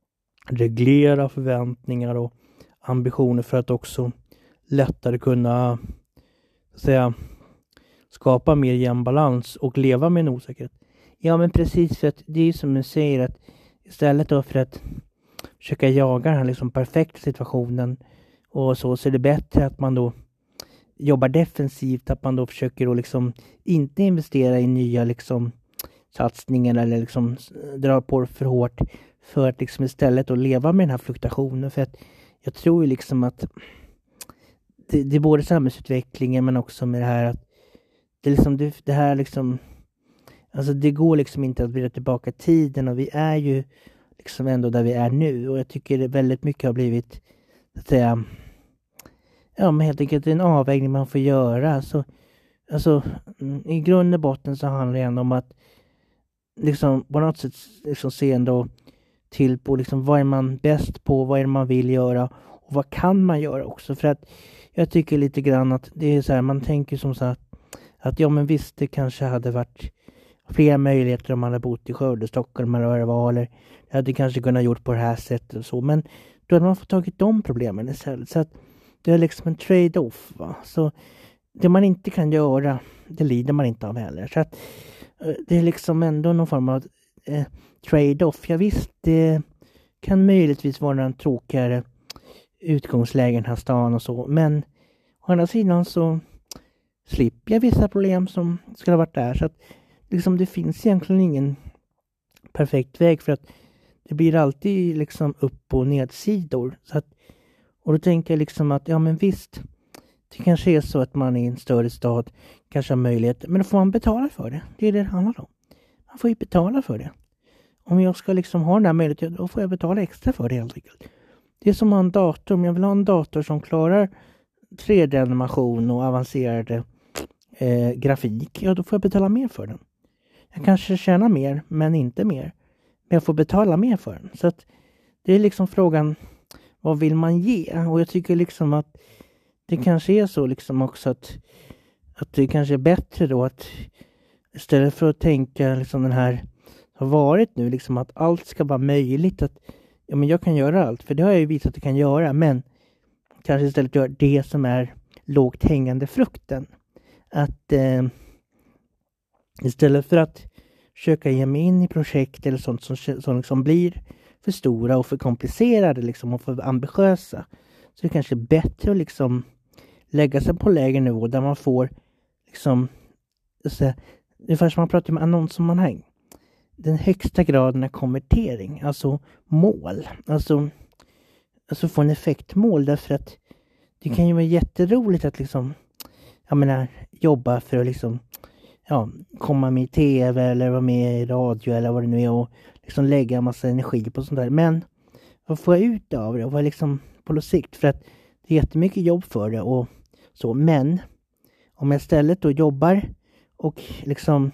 S1: reglera förväntningar och ambitioner för att också lättare kunna så att säga skapa mer jämn balans och leva med en osäkerhet. Ja men precis, för att det är som du säger, att istället då för att försöka jaga den här liksom perfekta situationen och så är det bättre att man då jobbar defensivt, att man då försöker då liksom inte investera i nya liksom satsningar eller liksom dra på det för hårt, för att liksom istället då leva med den här fluktuationen. För att jag tror ju liksom att det är både samhällsutvecklingen men också med det här att det liksom det här liksom, alltså det går liksom inte att vrida tillbaka tiden, och vi är ju liksom ändå där vi är nu, och jag tycker det väldigt mycket har blivit så att säga, ja men helt enkelt en avvägning man får göra. Alltså i grund och botten så handlar det ändå om att liksom på något sätt liksom se ändå till på liksom vad är man bäst på, vad är det man vill göra och vad kan man göra också. För att jag tycker lite grann att det är så här, man tänker som så att ja men visst, det kanske hade varit fler möjligheter om man hade bott i Skövde, Stockholm eller vad det var, eller jag hade kanske kunnat gjort på det här sättet och så, men då hade man fått tagit de problemen istället. Så att det är liksom en trade-off, va. Så det man inte kan göra, det lider man inte av heller. Så att det är liksom ändå någon form av trade-off. Ja visst, det kan möjligtvis vara en tråkigare utgångslägen här stan och så, men å andra sidan så slipper jag vissa problem som skulle ha varit där. Så att liksom det finns egentligen ingen perfekt väg, för att det blir alltid liksom upp- och nedsidor. Så att, och då tänker jag liksom att ja men visst, det kanske är så att man i en större stad kanske har möjlighet, men då får man betala för det. Det är det handlar om. Man får ju betala för det. Om jag ska liksom ha den här möjligheten, då får jag betala extra för det helt enkelt. Det är som att ha en dator. Om jag vill ha en dator som klarar 3D-animation och avancerade grafik, ja då får jag betala mer för den. Jag kanske tjänar mer, men inte mer. Men jag får betala mer för den. Så att det är liksom frågan, vad vill man ge? Och jag tycker liksom att det kanske är så liksom också att det kanske är bättre då att istället för att tänka liksom den här har varit nu liksom att allt ska vara möjligt, att ja, men jag kan göra allt, för det har jag ju visat att jag kan göra, men kanske istället göra det som är lågt hängande frukten. Att istället för att försöka ge mig in i projekt eller sånt som liksom blir för stora och för komplicerade liksom, och för ambitiösa, så det kanske är bättre att liksom lägga sig på lägre nivå där man får liksom, ungefär som man pratar om annonssammanhang, den högsta graden av konvertering, alltså mål, alltså få en effektmål, därför att det kan ju vara jätteroligt att liksom, jag menar, jobba för att liksom, ja, komma med i tv eller vara med i radio eller vad det nu är och liksom lägga en massa energi på sånt där. Men vad får jag ut av det? Och vad liksom på sikt? För att det är jättemycket jobb för det och så. Men om jag istället då jobbar och liksom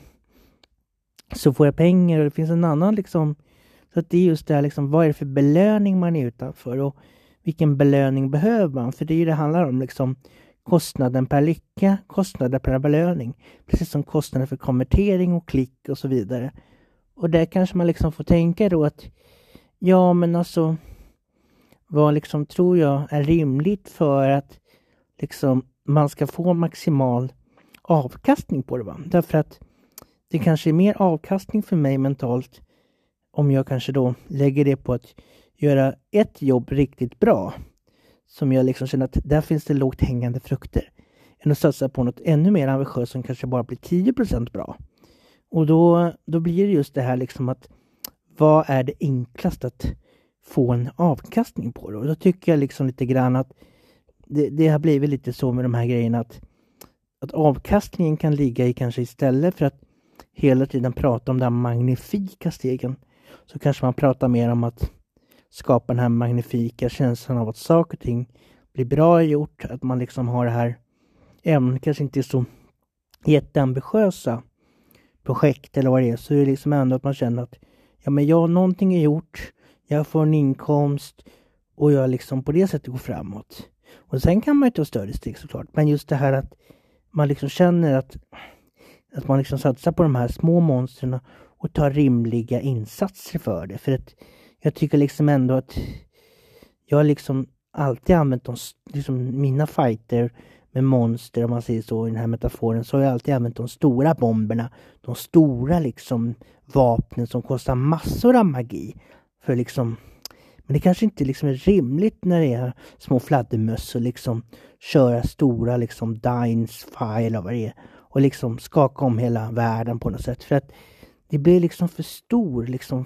S1: så får jag pengar och det finns en annan liksom, så att det är just det här liksom, vad är det för belöning man är utanför och vilken belöning behöver man? För det är ju det handlar om liksom, kostnaden per lycka, kostnaden per belöning. Precis som kostnaden för konvertering och klick och så vidare. Och där kanske man liksom får tänka då att ja, men alltså vad liksom tror jag är rimligt för att liksom man ska få maximal avkastning på det, va? Därför att det kanske är mer avkastning för mig mentalt om jag kanske då lägger det på att göra ett jobb riktigt bra, som jag liksom känner att där finns det lågt hängande frukter, än att satsa på något ännu mer ambitiöst som kanske bara blir 10% bra. Och då blir det just det här liksom att vad är det enklast att få en avkastning på det? Och då tycker jag liksom lite grann att det har blivit lite så med de här grejerna att avkastningen kan ligga i kanske istället för att hela tiden prata om de här magnifika stegen, så kanske man pratar mer om att skapa den här magnifika känslan av att saker och ting blir bra gjort, att man liksom har det här, även kanske inte så jätteambitiösa projekt eller vad det är, så är det liksom ändå att man känner att ja, men någonting är gjort, jag får en inkomst och jag liksom på det sättet går framåt. Och sen kan man ju ta större steg såklart, men just det här att man liksom känner att man liksom satsar på de här små monstren och tar rimliga insatser för det. För att jag tycker liksom ändå att jag liksom alltid använt liksom mina fighter med monster, om man säger så i den här metaforen, så har jag alltid använt de stora bomberna, de stora liksom vapnen som kostar massor av magi för liksom, men det kanske inte liksom är rimligt när det är små fladdermöss och liksom köra stora liksom Dines file och vad det är och liksom skaka om hela världen på något sätt, för att det blir liksom för stor liksom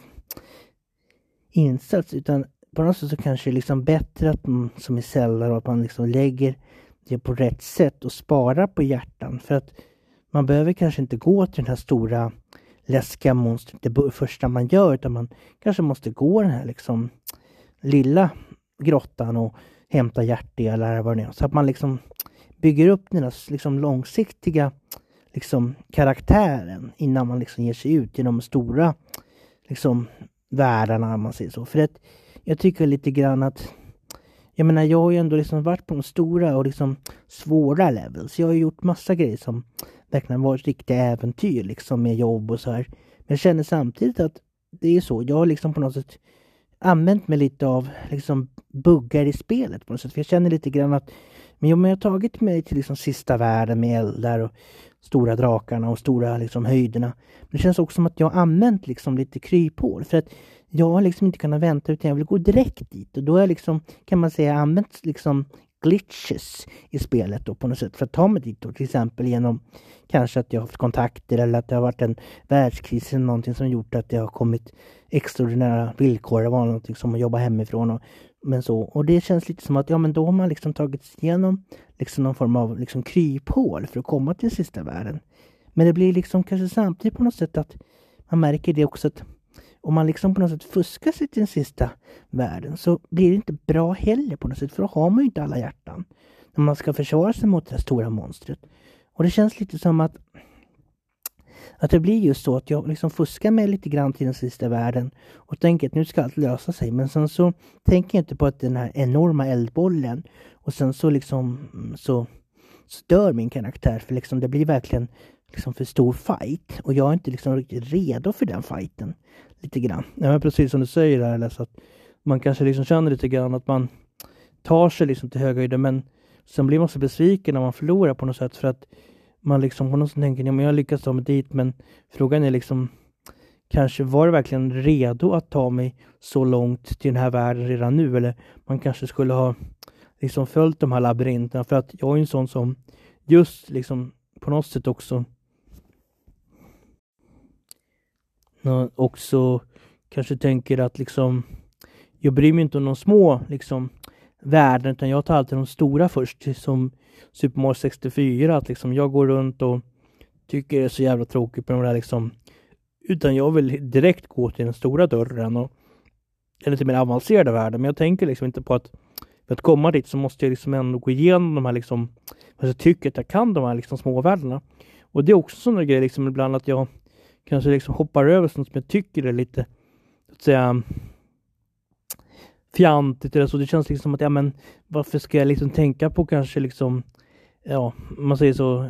S1: insats, utan på något sätt så kanske det är liksom bättre att man som är sällan och att man liksom lägger det på rätt sätt och sparar på hjärtan, för att man behöver kanske inte gå till den här stora läskiga monstret det första man gör, utan man kanske måste gå den här liksom lilla grottan och hämta hjärtdelar eller vad det är, så att man liksom bygger upp den här liksom långsiktiga liksom karaktären innan man liksom ger sig ut i de stora liksom världarna, om man säger så. För att jag tycker lite grann att jag menar, jag har ju ändå liksom varit på de stora och liksom svåra levels. Jag har ju gjort massa grejer som verkligen varit riktiga äventyr liksom med jobb och så här. Men jag känner samtidigt att det är så. Jag har liksom på något sätt använt mig lite av liksom buggar i spelet på något sätt. För jag känner lite grann att men jag har tagit mig till liksom sista världen med eldar och stora drakarna och stora liksom höjderna. Men det känns också som att jag har använt liksom lite kryphål. För att jag har liksom inte kunnat vänta, utan jag vill gå direkt dit. Och då har jag liksom, kan man säga, använt liksom glitches i spelet då på något sätt för att ta mig dit då. Till exempel genom kanske att jag har haft kontakter eller att det har varit en världskris eller någonting som gjort att det har kommit extraordinära villkor. Det var någonting som att jobba hemifrån men så. Och det känns lite som att ja, men då har man liksom tagit sig igenom liksom någon form av liksom kryphål för att komma till sista världen. Men det blir liksom kanske samtidigt på något sätt att man märker det också att om man liksom på något sätt fuskar sig till den sista världen så blir det inte bra heller på något sätt, för då har man ju inte alla hjärtan när man ska försvara sig mot det här stora monstret. Och det känns lite som att Att det blir just så att jag liksom fuskar med lite grann till den sista världen och tänker att nu ska allt lösa sig. Men sen så tänker jag inte på att den här enorma eldbollen och sen så liksom så stör min karaktär för liksom det blir verkligen liksom för stor fight och jag är inte liksom riktigt redo för den fighten lite grann. Ja, men precis som du säger där, eller så att man kanske liksom känner lite grann att man tar sig liksom till höga höjder, men sen blir man så besviken när man förlorar på något sätt för att man liksom på något sätt tänker, ja men jag lyckas ta mig dit, men frågan är liksom kanske var det verkligen redo att ta mig så långt till den här världen redan nu, eller man kanske skulle ha liksom följt de här labyrinterna, för att jag är en sån som just liksom på något sätt också kanske tänker att liksom jag bryr mig inte om de små liksom världen, utan jag tar alltid de stora först, som Super Mario 64, att liksom jag går runt och tycker det är så jävla tråkigt på de där liksom, utan jag vill direkt gå till den stora dörren och den lite mer avancerade världen, men jag tänker liksom inte på att för att komma dit så måste jag liksom ändå gå igenom de här liksom, alltså jag tycker att jag kan de här liksom små världarna, och det är också sådana grejer liksom ibland att jag kanske liksom hoppar över sånt som jag tycker är lite, så att säga, fjantigt eller så. Det känns liksom att, ja men varför ska jag liksom tänka på kanske liksom, ja, man säger så,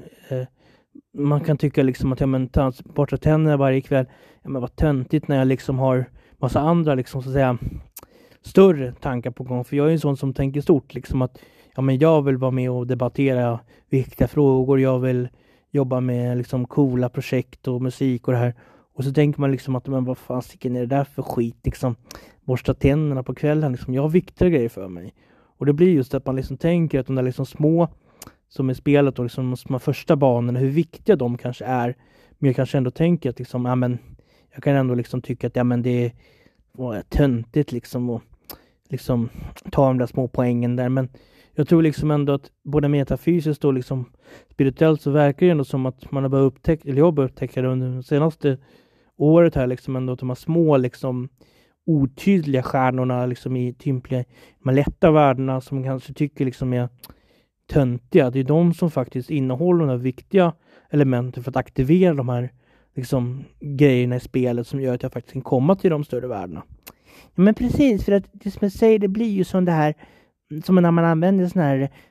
S1: man kan tycka liksom att, ja men borta tänderna varje kväll, ja men vad töntigt när jag liksom har massa andra liksom, så att säga, större tankar på gång. För jag är en sån som tänker stort liksom, att ja men jag vill vara med och debattera viktiga frågor, jag vill jobba med liksom coola projekt och musik och det här. Och så tänker man liksom att, men vad fan är det där för skit liksom, borsta tänderna på kvällen liksom, jag har viktiga grejer för mig. Och det blir just att man liksom tänker att de där liksom små som är spelet och liksom de första banorna, hur viktiga de kanske är. Men jag kanske ändå tänker att liksom, ja men jag kan ändå liksom tycka att ja men det var töntigt liksom och liksom ta de där små poängen där. Men jag tror liksom ändå att både metafysiskt och liksom spirituellt så verkar det ändå som att man har börjat upptäcka, eller jag har börjat upptäcka det under det senaste året här liksom ändå, att de här små liksom otydliga stjärnorna liksom i tympliga, de här lätta värdena som man kanske tycker liksom är töntiga, det är de som faktiskt innehåller de här viktiga elementen för att aktivera de här liksom grejerna i spelet som gör att jag faktiskt kan komma till de större värdena. Ja, men precis, för att det som jag säger, det blir ju som det här som när man använder såna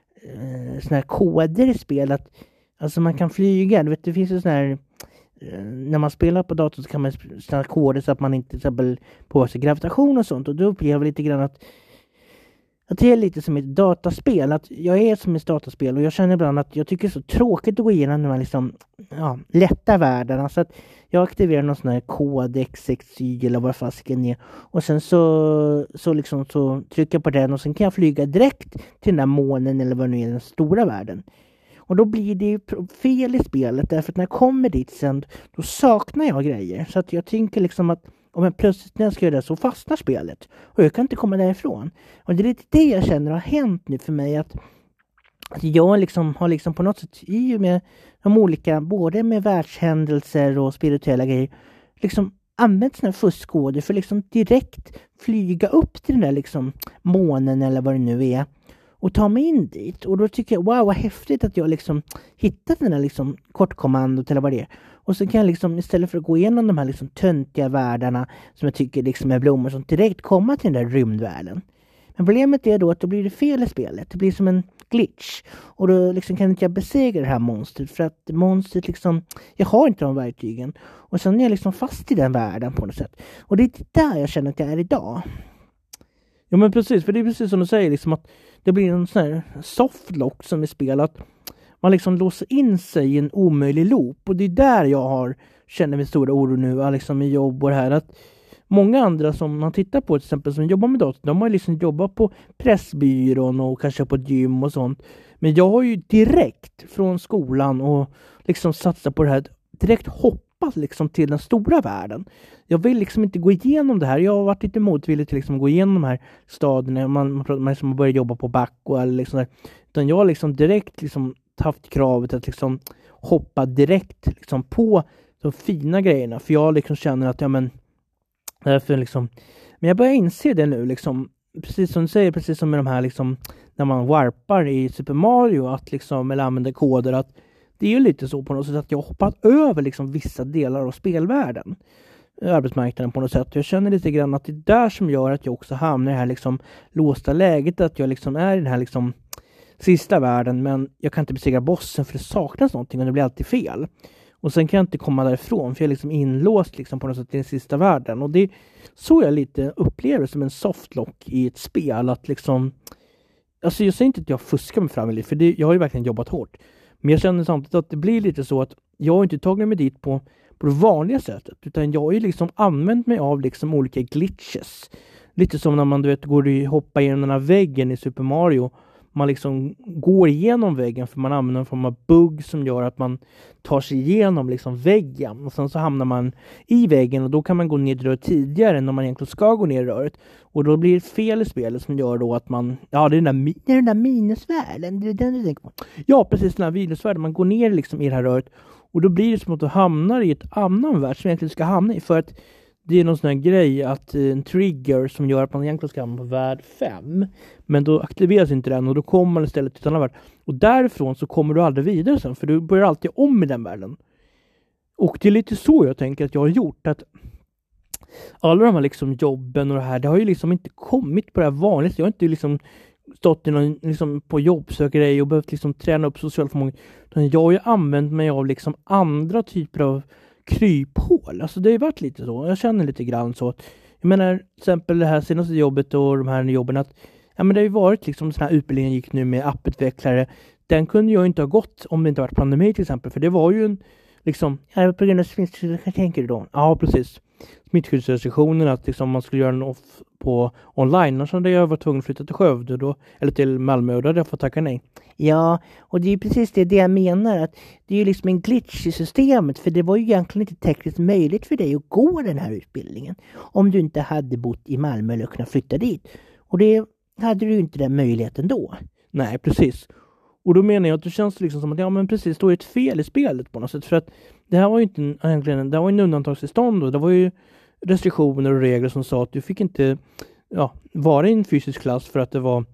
S1: här koder i spel, att alltså man kan flyga, du vet, det finns ju såna här när man spelar på dator så kan man ställa koder så att man inte till exempel på sig gravitation och sånt, och då upplever jag lite grann att det är lite som ett dataspel, att jag är som ett dataspel och jag känner ibland att jag tycker det är så tråkigt att gå igenom de här liksom, ja, lätta världarna, så att jag aktiverar någon sån här kod XXY eller vad fasken är, och sen så trycker jag på den och sen kan jag flyga direkt till den där månen eller vad det nu är, den stora världen. Och då blir det ju fel i spelet, därför att när jag kommer dit sen då saknar jag grejer, så att jag tänker liksom att om jag plötsligt när jag ska göra det så fastnar spelet och jag kan inte komma därifrån. Och det är lite det jag känner har hänt nu för mig, att jag liksom har liksom på något sätt i och med de olika, både med världshändelser och spirituella grejer, liksom använt såna här fuskkoder för liksom direkt flyga upp till den där liksom månen eller vad det nu är och ta mig in dit. Och då tycker jag, wow vad häftigt att jag liksom hittat den här liksom kortkommandot eller vad det är. Och så kan jag liksom istället för att gå igenom de här liksom töntiga världarna som jag tycker liksom är blommor, som direkt komma till den där rymdvärlden. Men problemet är då att då blir det fel i spelet. Det blir som en glitch. Och då liksom kan inte jag besegra det här monstret, för att monstret liksom, jag har inte de verktygen. Och sen är jag liksom fast i den världen på något sätt. Och det är där jag känner att jag är idag.
S2: Ja men precis, för det är precis som du säger liksom, att det blir en sån här softlock som är spelat. Man liksom låser in sig i en omöjlig loop, och det är där jag känner min stora oro nu liksom i jobb och det här, att många andra som man tittar på till exempel som jobbar med dator, de har liksom jobbat på pressbyrån och kanske på ett gym och sånt, men jag har ju direkt från skolan och liksom satsat på det här, direkt hoppat liksom till den stora världen. Jag vill liksom inte gå igenom det här. Jag har varit lite motvillig till liksom gå igenom de här stadierna. Man liksom börjar jobba på back och eller liksom där. Utan jag har liksom direkt liksom haft kravet att liksom hoppa direkt liksom på de fina grejerna. För jag liksom känner att men jag börjar inse det nu liksom, precis som du säger, precis som med de här liksom när man warpar i Super Mario, att liksom, eller använder koder, att det är ju lite så på något sätt att jag har hoppat över liksom vissa delar av spelvärlden, arbetsmarknaden på något sätt. Jag känner lite grann att det är där som gör att jag också hamnar i det här liksom låsta läget, att jag liksom är i den här liksom sista världen, men jag kan inte besegra bossen för det saknas någonting och det blir alltid fel. Och sen kan jag inte komma därifrån för jag är liksom inlåst liksom på något sätt i den sista världen. Och det är så jag lite upplever som en softlock i ett spel, att liksom, alltså jag säger inte att jag fuskar mig fram i livet, för jag har ju verkligen jobbat hårt. Men jag känner samtidigt att det blir lite så att jag har inte tagit mig dit på det vanliga sättet, utan jag har ju liksom använt mig av liksom olika glitches. Lite som när man går och hoppar igenom den här väggen i Super Mario. Man liksom går igenom väggen för man använder en form av bugg som gör att man tar sig igenom liksom väggen. Och sen så hamnar man i väggen och då kan man gå ner i röret tidigare än om man egentligen ska gå ner i röret. Och då blir det fel i spelet som gör då att man, ja det är den där minusvärlden, det är den du tänker på. Ja precis, den här minusvärlden, man går ner liksom i det här röret och då blir det som att du hamnar i ett annan värld som egentligen ska hamna i, för att det är någon sån här grej att en trigger som gör att man egentligen ska hamna på värld 5. Men då aktiveras inte den och då kommer man istället till en annan värld. Och därifrån så kommer du aldrig vidare sen, för du börjar alltid om i den världen. Och det är lite så jag tänker att jag har gjort. Att alla de här liksom jobben och det här, det har ju liksom inte kommit på det här vanligt. Jag har inte liksom stått i någon, liksom på jobbsökgrej och behövt liksom träna upp social förmåga. Utan jag har ju använt mig av liksom andra typer av kryphål. Alltså det har ju varit lite så. Jag känner lite grann så. Jag menar, till exempel det här senaste jobbet och de här jobben, att ja, men det har ju varit liksom sån här utbildningen gick nu med apputvecklare. Den kunde jag inte ha gått om det inte varit pandemi till exempel. För det var ju en liksom, ja, på grund av smittskyddsrestriktioner, tänker du då? Ja, precis. Smittskyddsrestriktionerna, att liksom man skulle göra en off på online. Och så hade jag varit tvungen att flytta till Skövde då, eller till Malmö, och då hade jag fått tacka nej. Ja, och det är precis det jag menar, att det är ju liksom en glitch i systemet, för det var ju egentligen inte tekniskt möjligt för dig att gå den här utbildningen om du inte hade bott i Malmö eller kunnat flytta dit. Och det hade du ju inte den möjligheten då. Nej, precis. Och då menar jag att det känns liksom som att ja, men precis, då är ett fel i spelet på något sätt, för att det här var ju inte egentligen, det var en undantagstillstånd då. Det var ju restriktioner och regler som sa att du fick inte vara i en fysisk klass för att det var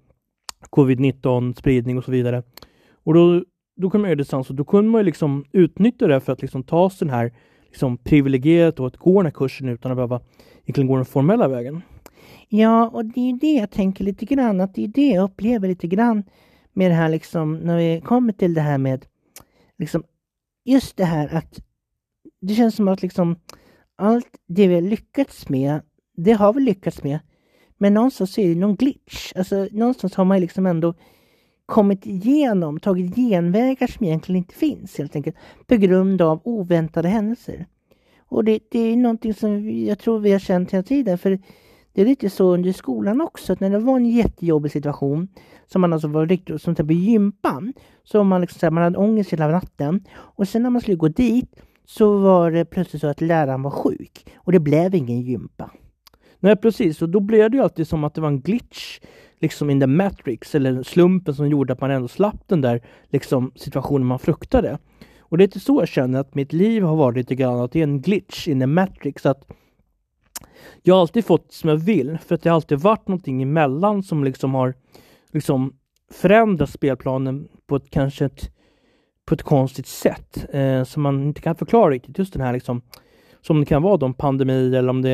S2: covid-19 spridning och så vidare. Och då kan man göra distans, och då kunde man ju liksom utnyttja det för att liksom ta sig den här liksom privilegiet och att gå den här kursen utan att behöva egentligen gå den formella vägen. Ja, och det är det jag tänker lite grann, att det är det jag upplever lite grann med det här liksom, när vi kommer till det här med liksom, just det här att det känns som att liksom allt det vi har lyckats med, det har vi lyckats med, men någonstans är det någon glitch. Alltså någonstans har man liksom ändå kommit igenom, tagit genvägar som egentligen inte finns helt enkelt, på grund av oväntade händelser. Och det är någonting som jag tror vi har känt hela tiden, för det är lite så under skolan också, att när det var en jättejobbig situation som man alltså var riktigt, som till exempel gympan, så man liksom, man hade ångest hela natten, och sen när man skulle gå dit så var det plötsligt så att läraren var sjuk och det blev ingen gympa. Nej, precis, och då blev det ju alltid som att det var en glitch liksom in the matrix, eller slumpen som gjorde att man ändå slapp den där liksom situationen man fruktade. Och det är inte så jag känner att mitt liv har varit lite grann, att det är en glitch in the matrix, att jag har alltid fått som jag vill, för att det har alltid varit någonting emellan som liksom har liksom förändrat spelplanen på ett kanske på ett konstigt sätt som man inte kan förklara riktigt. Just den här liksom, som det kan vara en pandemi, eller om det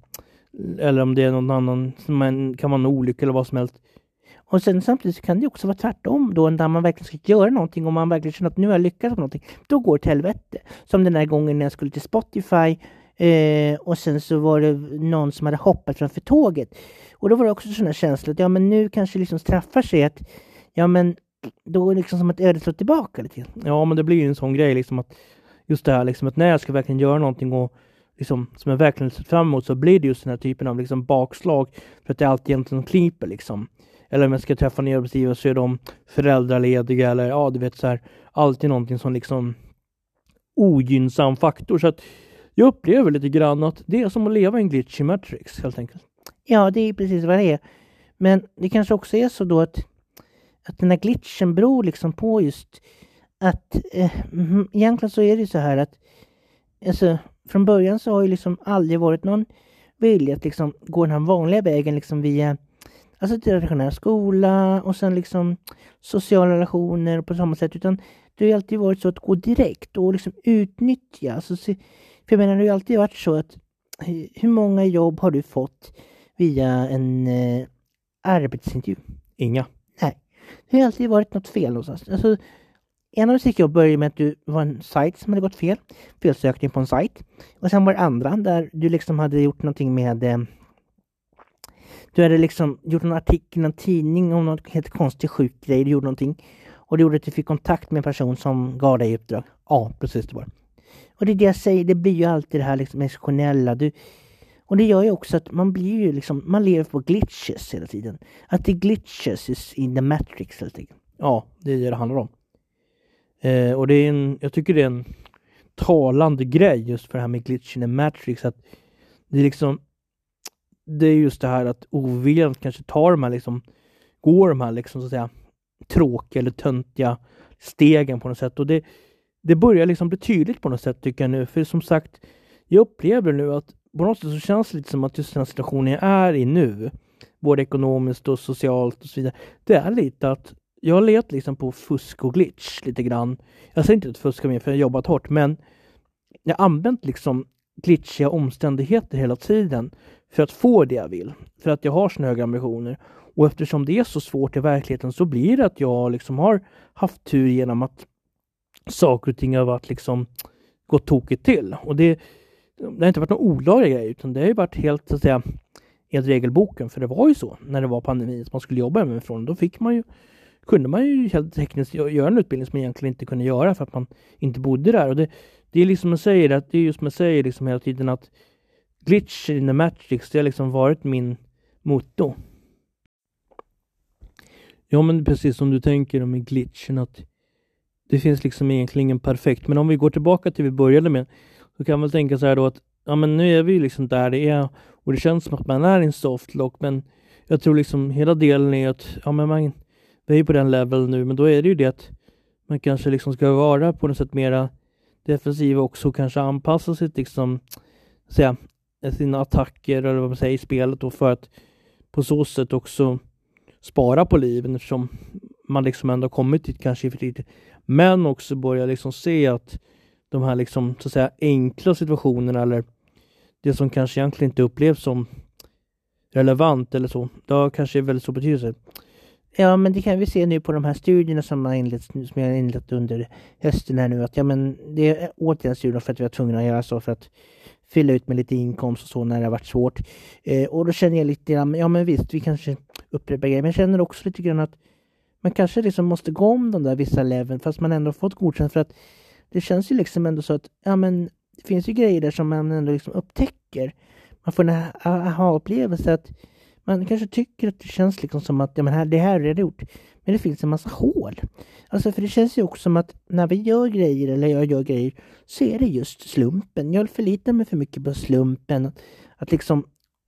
S2: är någon annan, som kan vara en olycka eller vad som helst. Och sen samtidigt så kan det också vara tvärtom då, när man verkligen ska göra någonting och man verkligen känner att nu har jag lyckats med någonting, då går det till helvete. Som den där gången när jag skulle till Spotify och sen så var det någon som hade hoppat framför tåget. Och då var det också sådana känslor att ja, men nu kanske liksom straffar sig att ja, men då är det liksom som att ödet slår tillbaka lite. Ja, men det blir ju en sån grej liksom, att just det här liksom, att när jag ska verkligen göra någonting och liksom, som jag verkligen sett fram emot, så blir det just den här typen av liksom bakslag, för att det är alltid egentligen kliper liksom. Eller om jag ska träffa en arbetsgivare så är de föräldralediga, eller ja, du vet så här, alltid någonting som liksom ogynnsam faktor. Så att jag upplever lite grann att det är som att leva i en glitch i Matrix helt enkelt. Ja, det är precis vad det är. Men det kanske också är så då att den här glitchen beror liksom på just att egentligen så är det så här att alltså, från början så har ju liksom aldrig varit någon vilja att liksom gå den här vanliga vägen liksom via alltså traditionell skola och sen liksom sociala relationer på samma sätt, utan
S1: det har ju alltid varit så att gå direkt och liksom utnyttja. Alltså, för jag menar, det har ju alltid varit så att hur många jobb har du fått via en arbetsintervju?
S2: Inga.
S1: Nej, det har ju alltid varit något fel någonstans. Alltså, en av de jobb började med att du var en sajt som hade gått fel. Felsökning på en sajt. Och sen var det andra där du liksom hade gjort någonting med... Du hade liksom gjort en artikel i en tidning om något helt konstigt sjuk grej. Du gjorde någonting. Och det gjorde att du fick kontakt med en person som gav dig uppdrag. Ja, precis det var. Och det är det jag säger. Det blir ju alltid det här liksom emotionella. Och det gör ju också att man blir ju liksom... Man lever på glitches hela tiden. Att det glitches in the matrix helt enkelt.
S2: Ja, det är det handlar om. Och det är jag tycker det är en talande grej just för det här med glitch in the matrix. Att det är liksom... Det är just det här att oviljan kanske tar de här liksom, går de här liksom så att säga tråkiga eller töntiga stegen på något sätt. Och det börjar liksom bli tydligt på något sätt tycker jag nu. För som sagt, jag upplever nu att på något sätt så känns det lite som att just den här situationen jag är i nu, både ekonomiskt och socialt och så vidare, det är lite att jag har letat liksom på fusk och glitch lite grann. Jag säger inte att fuska mer för jag har jobbat hårt, men jag har använt liksom glitchiga omständigheter hela tiden för att få det jag vill. För att jag har såna höga ambitioner. Och eftersom det är så svårt i verkligheten så blir det att jag liksom har haft tur genom att saker och ting har varit liksom gått tokigt till. Och det har inte varit någon olaglig grej utan det har ju varit helt så att säga enligt regelboken. För det var ju så när det var pandemi att man skulle jobba hemifrån. Då kunde man ju helt tekniskt göra en utbildning som man egentligen inte kunde göra för att man inte bodde där. Och det är liksom jag säger att det är just som jag säger liksom hela tiden att glitch in the matrix, det har liksom varit min motto. Ja, men precis som du tänker om glitchen att det finns liksom egentligen ingen perfekt. Men om vi går tillbaka till vi började med så kan man väl tänka så här då att ja, men nu är vi liksom där det är och det känns som att man är i en softlock, men jag tror liksom hela delen är att ja, men man är ju på den level nu, men då är det ju det att man kanske liksom ska vara på något sätt mera defensiv också, kanske anpassa sig till liksom säga sina attacker eller vad man säger i spelet då, för att på så sätt också spara på liven eftersom man liksom ändå kommit dit kanske för tidigt. Men också börja liksom se att de här liksom så att säga enkla situationerna eller det som kanske egentligen inte upplevs som relevant eller så, då kanske är väldigt stor betydelse.
S1: Ja, men det kan vi se nu på de här studierna som jag har inlett under hösten här nu, att ja, men det är återigen studier för att vi var tvungna att göra så för att fylla ut med lite inkomst och så när det har varit svårt. Och då känner jag lite grann, ja men visst, vi kanske upprepar grejer, men jag känner också lite grann att man kanske liksom måste gå om de där vissa leveln fast man ändå fått godkänt, för att det känns ju liksom ändå så att ja men det finns ju grejer där som man ändå liksom upptäcker. Man får en aha-upplevelse att man kanske tycker att det känns liksom som att ja, men det här är det gjort. Men det finns en massa hål. Alltså för det känns ju också som att när vi gör grejer eller jag gör grejer så är det just slumpen. Jag förlitar mig för mycket på slumpen. Att liksom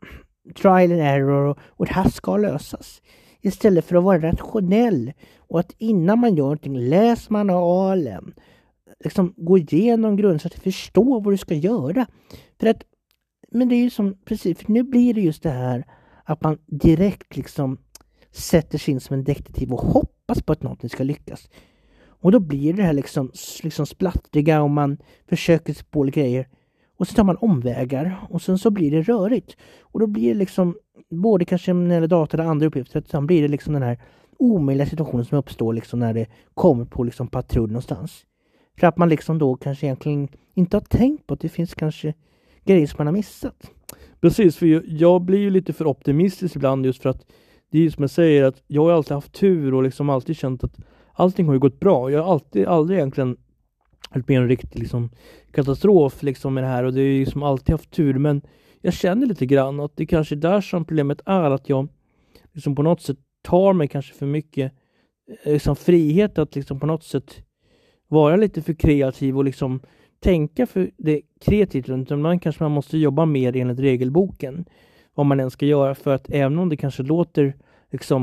S1: trial and error och det här ska lösas. Istället för att vara rationell. Och att innan man gör någonting läs manualen. Liksom gå igenom grund så att du förstår vad du ska göra. För att, men det är ju som precis, för nu blir det just det här att man direkt liksom sätter sig in som en detektiv och hoppas på att något ska lyckas. Och då blir det här liksom splattriga och man försöker sig på grejer. Och så tar man omvägar och sen så blir det rörigt. Och då blir det liksom, både kanske när det gäller data eller andra uppgifter, sen blir det liksom den här omöjliga situationen som uppstår liksom när det kommer på liksom patrull någonstans. För att man liksom då kanske egentligen inte har tänkt på att det finns kanske grejer som man har missat.
S2: Precis, för jag blir ju lite för optimistisk ibland just för att det är ju som jag säger att jag har alltid haft tur och liksom alltid känt att allting har ju gått bra. Jag har aldrig egentligen varit med en riktig liksom katastrof liksom med det här och det är ju som alltid haft tur, men jag känner lite grann att det kanske är där som problemet är, att jag liksom på något sätt tar mig kanske för mycket liksom frihet att liksom på något sätt vara lite för kreativ och liksom tänka för det kreativt runt. Man kanske man måste jobba mer enligt regelboken vad man än ska göra, för att även om det kanske låter liksom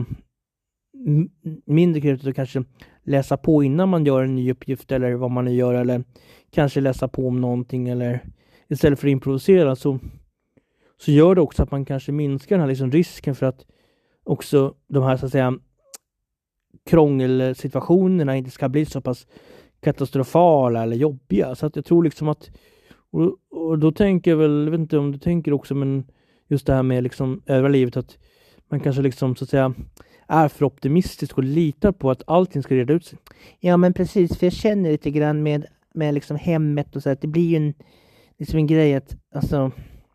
S2: mindre kreativt att kanske läsa på innan man gör en ny uppgift eller vad man nu gör, eller kanske läsa på om någonting eller istället för att improvisera, så gör det också att man kanske minskar den här liksom risken för att också de här så att säga krångelsituationerna inte ska bli så pass katastrofala eller jobbiga. Så att jag tror liksom att, och då tänker jag väl, jag vet inte om du tänker också, men just det här med liksom övriga livet, att man kanske liksom så att säga är för optimistisk och litar på att allting ska reda ut sig.
S1: Ja, men precis, för jag känner lite grann med liksom hemmet och så att det blir ju liksom en grej att, alltså,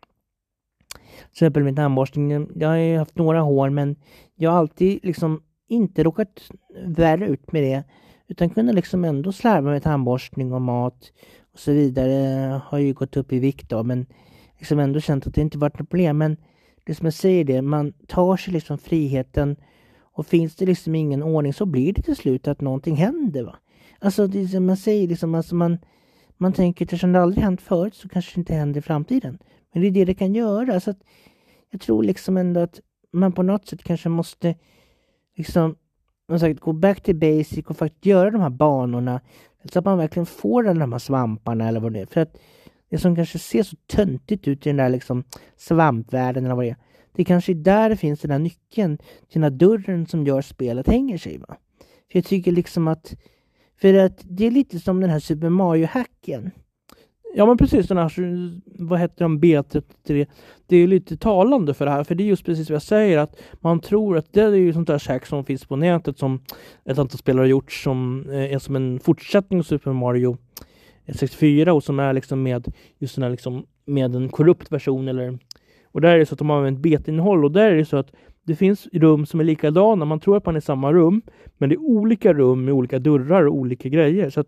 S1: till exempel med tandborstningen, jag har ju haft några hår, men jag har alltid liksom inte råkat värre ut med det, utan kunde liksom ändå slarva med tandborstning och mat och så vidare. Har ju gått upp i vikt då, men liksom ändå känt att det inte varit något problem. Men det som jag säger, det, man tar sig liksom friheten, och finns det liksom ingen ordning så blir det till slut att någonting händer, va. Alltså det som man säger, liksom, alltså man tänker att eftersom det aldrig hänt förut så kanske det inte händer i framtiden. Men det är det kan göra. Så att jag tror liksom ändå att man på något sätt kanske måste liksom, som sagt, gå back to basic och faktiskt göra de här banorna så att man verkligen får de här svamparna eller vad det är. För att det som kanske ser så töntigt ut i den där liksom svampvärlden eller vad det är, det kanske är där det finns den här nyckeln till den här dörren som gör spelet hänger sig, va. För jag tycker liksom att, för att det är lite som den här Super Mario-hacken.
S2: Ja, men precis, den här, vad heter de, B33, det är ju lite talande för det här, för det är just precis vad jag säger, att man tror att det är ju sånt där hack som finns på nätet som ett antal spelare har gjort, som är som en fortsättning av Super Mario 64 och som är liksom med just den här liksom med en korrupt version, eller, och där är det så att de har använt beta-innehåll, och där är det så att det finns rum som är likadana, man tror att man är i samma rum, men det är olika rum med olika dörrar och olika grejer, så att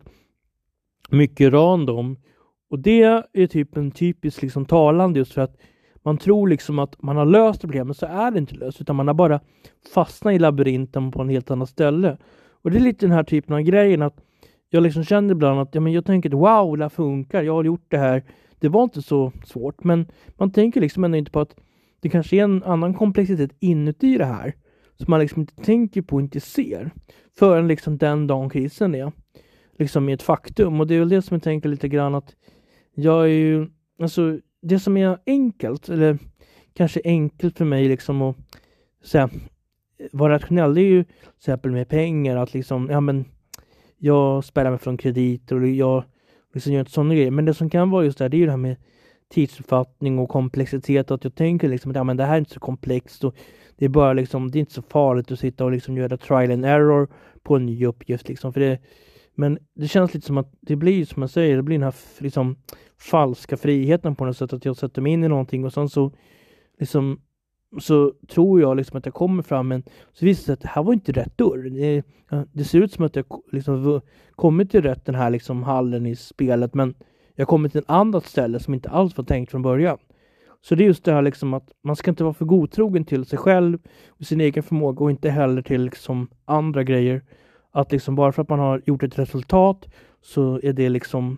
S2: mycket random. Och det är typ en typisk liksom talande, just för att man tror liksom att man har löst problemet, så är det inte löst, utan man har bara fastnat i labyrinten på en helt annat ställe. Och det är lite den här typen av grejen, att jag liksom känner ibland att, ja, men jag tänker att wow, det funkar, jag har gjort det här, det var inte så svårt, men man tänker liksom ändå inte på att det kanske är en annan komplexitet inuti det här som man liksom inte tänker på och inte ser förrän liksom den dagen krisen är liksom ett faktum. Och det är väl det som jag tänker lite grann, att jag är ju, alltså det som är enkelt, eller kanske enkelt för mig liksom att säga, vara rationell, det är ju till exempel med pengar, att liksom, ja men jag spärrar mig från krediter och jag liksom gör inte sådana grejer. Men det som kan vara just det är ju det här med tidsuppfattning och komplexitet, att jag tänker liksom att ja, men det här är inte så komplext, och det är bara liksom, det är inte så farligt att sitta och liksom göra trial and error på en ny uppgift liksom, för det. Men det känns lite som att det blir, som jag säger, det blir den här liksom falska friheten på något sätt, att jag sätter mig in i någonting och sen så liksom, så tror jag liksom att jag kommer fram, men så visar det sig att det här var inte rätt dörr. Det ser ut som att jag liksom kommit till rätt den här liksom hallen i spelet, men jag kommer till ett annat ställe som inte alls var tänkt från början. Så det är just det här liksom, att man ska inte vara för godtrogen till sig själv och sin egen förmåga, och inte heller till liksom andra grejer. Att liksom bara för att man har gjort ett resultat så är det liksom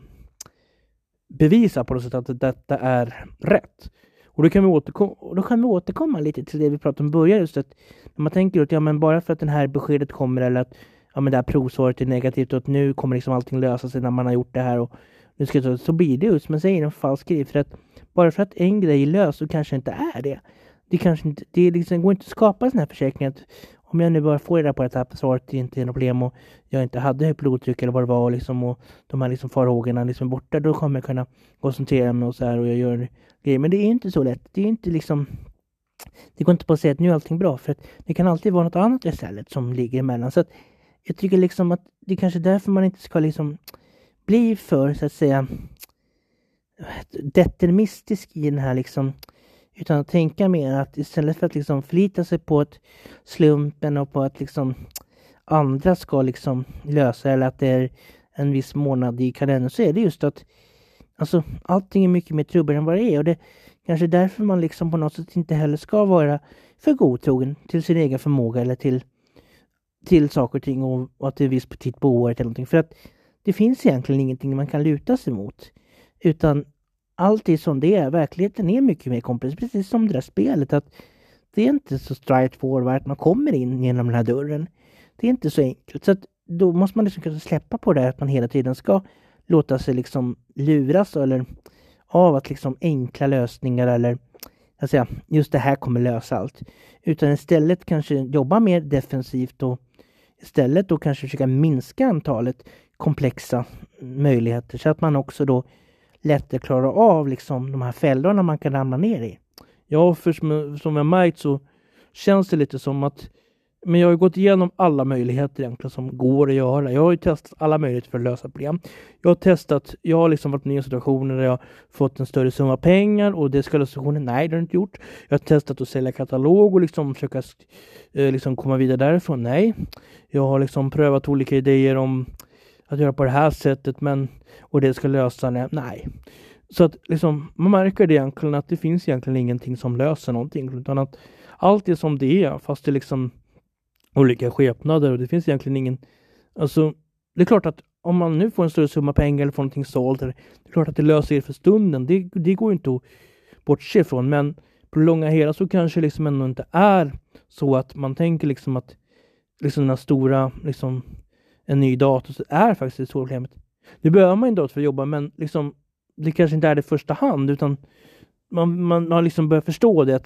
S2: bevisa på något sätt att detta är rätt. Och då kan vi återkomma lite till det vi pratade om i början, just att när man tänker att ja, men bara för att den här beskedet kommer, eller att ja, men det här provsvaret är negativt och att nu kommer liksom allting lösa sig när man har gjort det här, och nu ska så blir det just, men säger en falsk grej, för att bara för att en grej är lös så kanske inte är det. Det kanske inte, det liksom går inte att skapa sån här försäkring att om jag nu bara får reda på att det här svaret inte är något problem och jag inte hade högt blodtryck eller vad det var liksom, och de här liksom farhågorna liksom borta, då kommer jag kunna koncentrera mig och så här, och jag gör grejer. Men det är inte så lätt. Det är inte liksom, det går inte på att säga att nu är allting bra, för att det kan alltid vara något annat istället som ligger emellan. Så att jag tycker liksom att det är kanske därför man inte ska liksom bli för, så att säga, deterministisk i den här liksom, utan att tänka mer att istället för att liksom förlita sig på att slumpen och på att liksom andra ska liksom lösa, eller att det är en viss månad i kalendern, så är det just att alltså, allting är mycket mer trubbigare än vad det är, och det är kanske därför man liksom på något sätt inte heller ska vara för godtrogen till sin egen förmåga eller till saker och ting, och att det är viss tid på året eller någonting, för att det finns egentligen ingenting man kan luta sig mot, utan allt är som det är. Verkligheten är mycket mer komplex, precis som det där spelet, att det är inte så straightforward att man kommer in genom den här dörren. Det är inte så enkelt, så att då måste man liksom kanske släppa på det, att man hela tiden ska låta sig liksom luras eller av att liksom enkla lösningar, eller jag säga, just det här kommer lösa allt, utan istället kanske jobba mer defensivt, och istället då kanske försöka minska antalet
S1: komplexa möjligheter. Så att man också då lättare klarar av liksom de här fällorna man kan ramla ner i.
S2: Ja, för som jag märkt så känns det lite som att men jag har gått igenom alla möjligheter egentligen som går att göra. Jag har ju testat alla möjligheter för att lösa problem. Jag har liksom varit med i situationer där jag har fått en större summa pengar och det ska lösa situationen. Nej, det har jag inte gjort. Jag har testat att sälja katalog och liksom försöka liksom komma vidare därifrån. Nej. Jag har liksom prövat olika idéer om att göra på det här sättet och det ska lösa det. Nej. Så att liksom, man märker det egentligen att det finns egentligen ingenting som löser någonting. Utan att allt är som det är fast det liksom olika skepnader och det finns egentligen ingen, alltså det är klart att om man nu får en större summa pengar eller får någonting sålt, det är klart att det löser er för stunden, det går inte att bortse ifrån, men på det långa hela så kanske liksom ändå inte är så att man tänker liksom att liksom den här stora liksom en ny dator så är faktiskt det stora problemet. Det behöver man inte för att jobba, men liksom det kanske inte är det första hand utan man har liksom börjat förstå det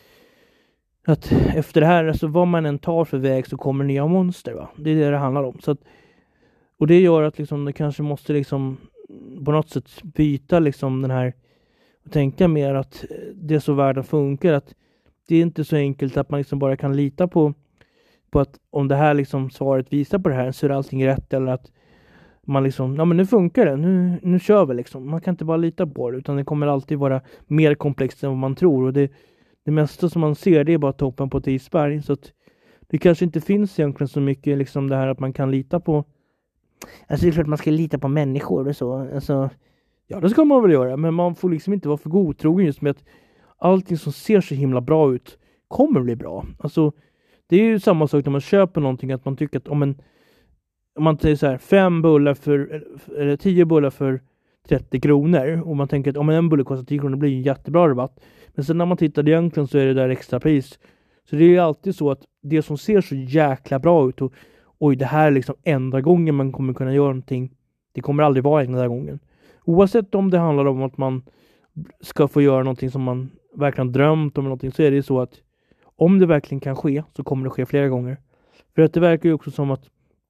S2: att efter det här, alltså vad man än tar för väg så kommer nya monster, va? Det är det handlar om. Så att, och det gör att liksom, det kanske måste liksom på något sätt byta liksom den här och tänka mer att det är så världen funkar, att det är inte så enkelt att man liksom bara kan lita på att om det här liksom svaret visar på det här så är allting rätt, eller att man liksom, ja men nu funkar det, nu kör vi liksom. Man kan inte bara lita på det utan det kommer alltid vara mer komplext än vad man tror, och det mesta som man ser det är bara toppen på ett isberg, så att det kanske inte finns egentligen så mycket liksom det här att man kan lita på.
S1: Alltså det är klart man ska lita på människor och så. Alltså,
S2: ja, det ska man väl göra, men man får liksom inte vara för godtrogen just med att allting som ser så himla bra ut kommer bli bra. Alltså det är ju samma sak när man köper någonting, att man tycker att om man säger så här 5 bullar eller 10 bullar för 30 kronor och man tänker att om en bulle kostar 10 kronor blir det en jättebra rabatt. Men sen när man tittar egentligen så är det där extra pris. Så det är ju alltid så att det som ser så jäkla bra ut och oj, det här är liksom enda gången man kommer kunna göra någonting. Det kommer aldrig vara enda gången. Oavsett om det handlar om att man ska få göra någonting som man verkligen drömt om någonting, så är det ju så att om det verkligen kan ske så kommer det ske flera gånger. För att det verkar ju också som att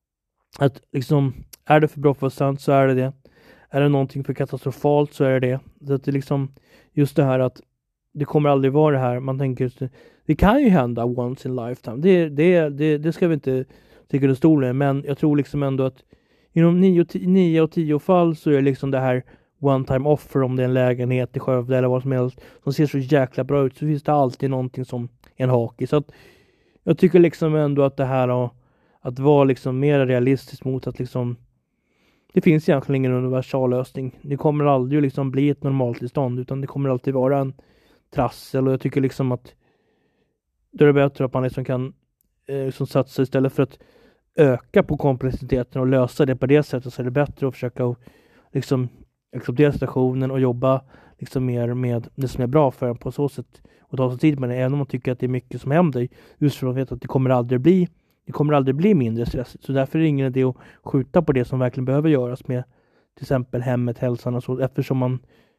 S2: liksom, är det för bra för att vara sant så är det det. Är det någonting för katastrofalt så är det det. Så att det liksom, just det här att det kommer aldrig vara det här. Man tänker, det kan ju hända once in lifetime. Det ska vi inte sticka under stolen. Men jag tror liksom ändå att inom 9 av 10 fall så är det liksom det här one time offer, om det är en lägenhet i Skövde eller vad som helst som ser så jäkla bra ut, så finns det alltid någonting som en hake. Så att jag tycker liksom ändå att det här att vara liksom mer realistiskt mot att liksom det finns egentligen ingen universal lösning. Det kommer aldrig liksom bli ett normaltillstånd, utan det kommer alltid vara en trassel, och jag tycker liksom att då är det bättre att man liksom kan liksom satsa istället för att öka på komplexiteten och lösa det på det sättet, så är det bättre att försöka liksom acceptera situationen och jobba liksom mer med det som är bra för en på så sätt och ta sig tid med det, även om man tycker att det är mycket som händer, just för att veta att det kommer aldrig bli mindre stressigt. Så därför är det ingen idé att skjuta på det som verkligen behöver göras med till exempel hemmet, hälsan och så, eftersom man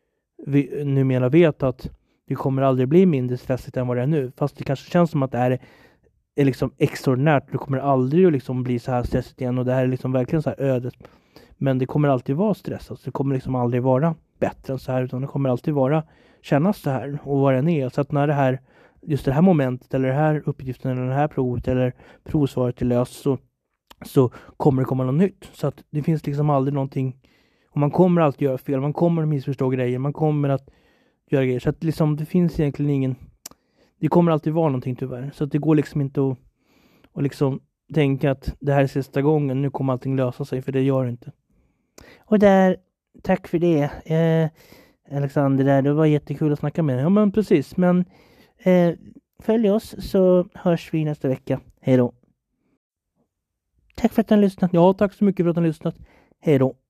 S2: numera vet att det kommer aldrig bli mindre stressigt än vad det är nu. Fast det kanske känns som att det är liksom extraordinärt. Det kommer aldrig att liksom bli så här stressigt igen, och det här är liksom verkligen så här ödet. Men det kommer alltid vara stressat. Det kommer liksom aldrig vara bättre än så här, utan det kommer alltid kännas så här och vad den är. Så att när just det här momentet eller det här uppgiften eller det här provet eller provsvaret är löst, så kommer det komma något nytt. Så att det finns liksom aldrig någonting, och man kommer alltid göra fel, man kommer att missförstå grejer, man kommer att göra grejer. Så att liksom det finns egentligen det kommer alltid vara någonting tyvärr. Så att det går liksom inte att liksom tänka att det här är sista gången, nu kommer allting lösa sig, för det gör det inte.
S1: Och tack för det. Alexander, det var jättekul att snacka med dig.
S2: Ja men precis, men
S1: följ oss så hörs vi nästa vecka. Hej då. Tack för att ni har lyssnat.
S2: Ja, tack så mycket för att ni har lyssnat.
S1: Hej då.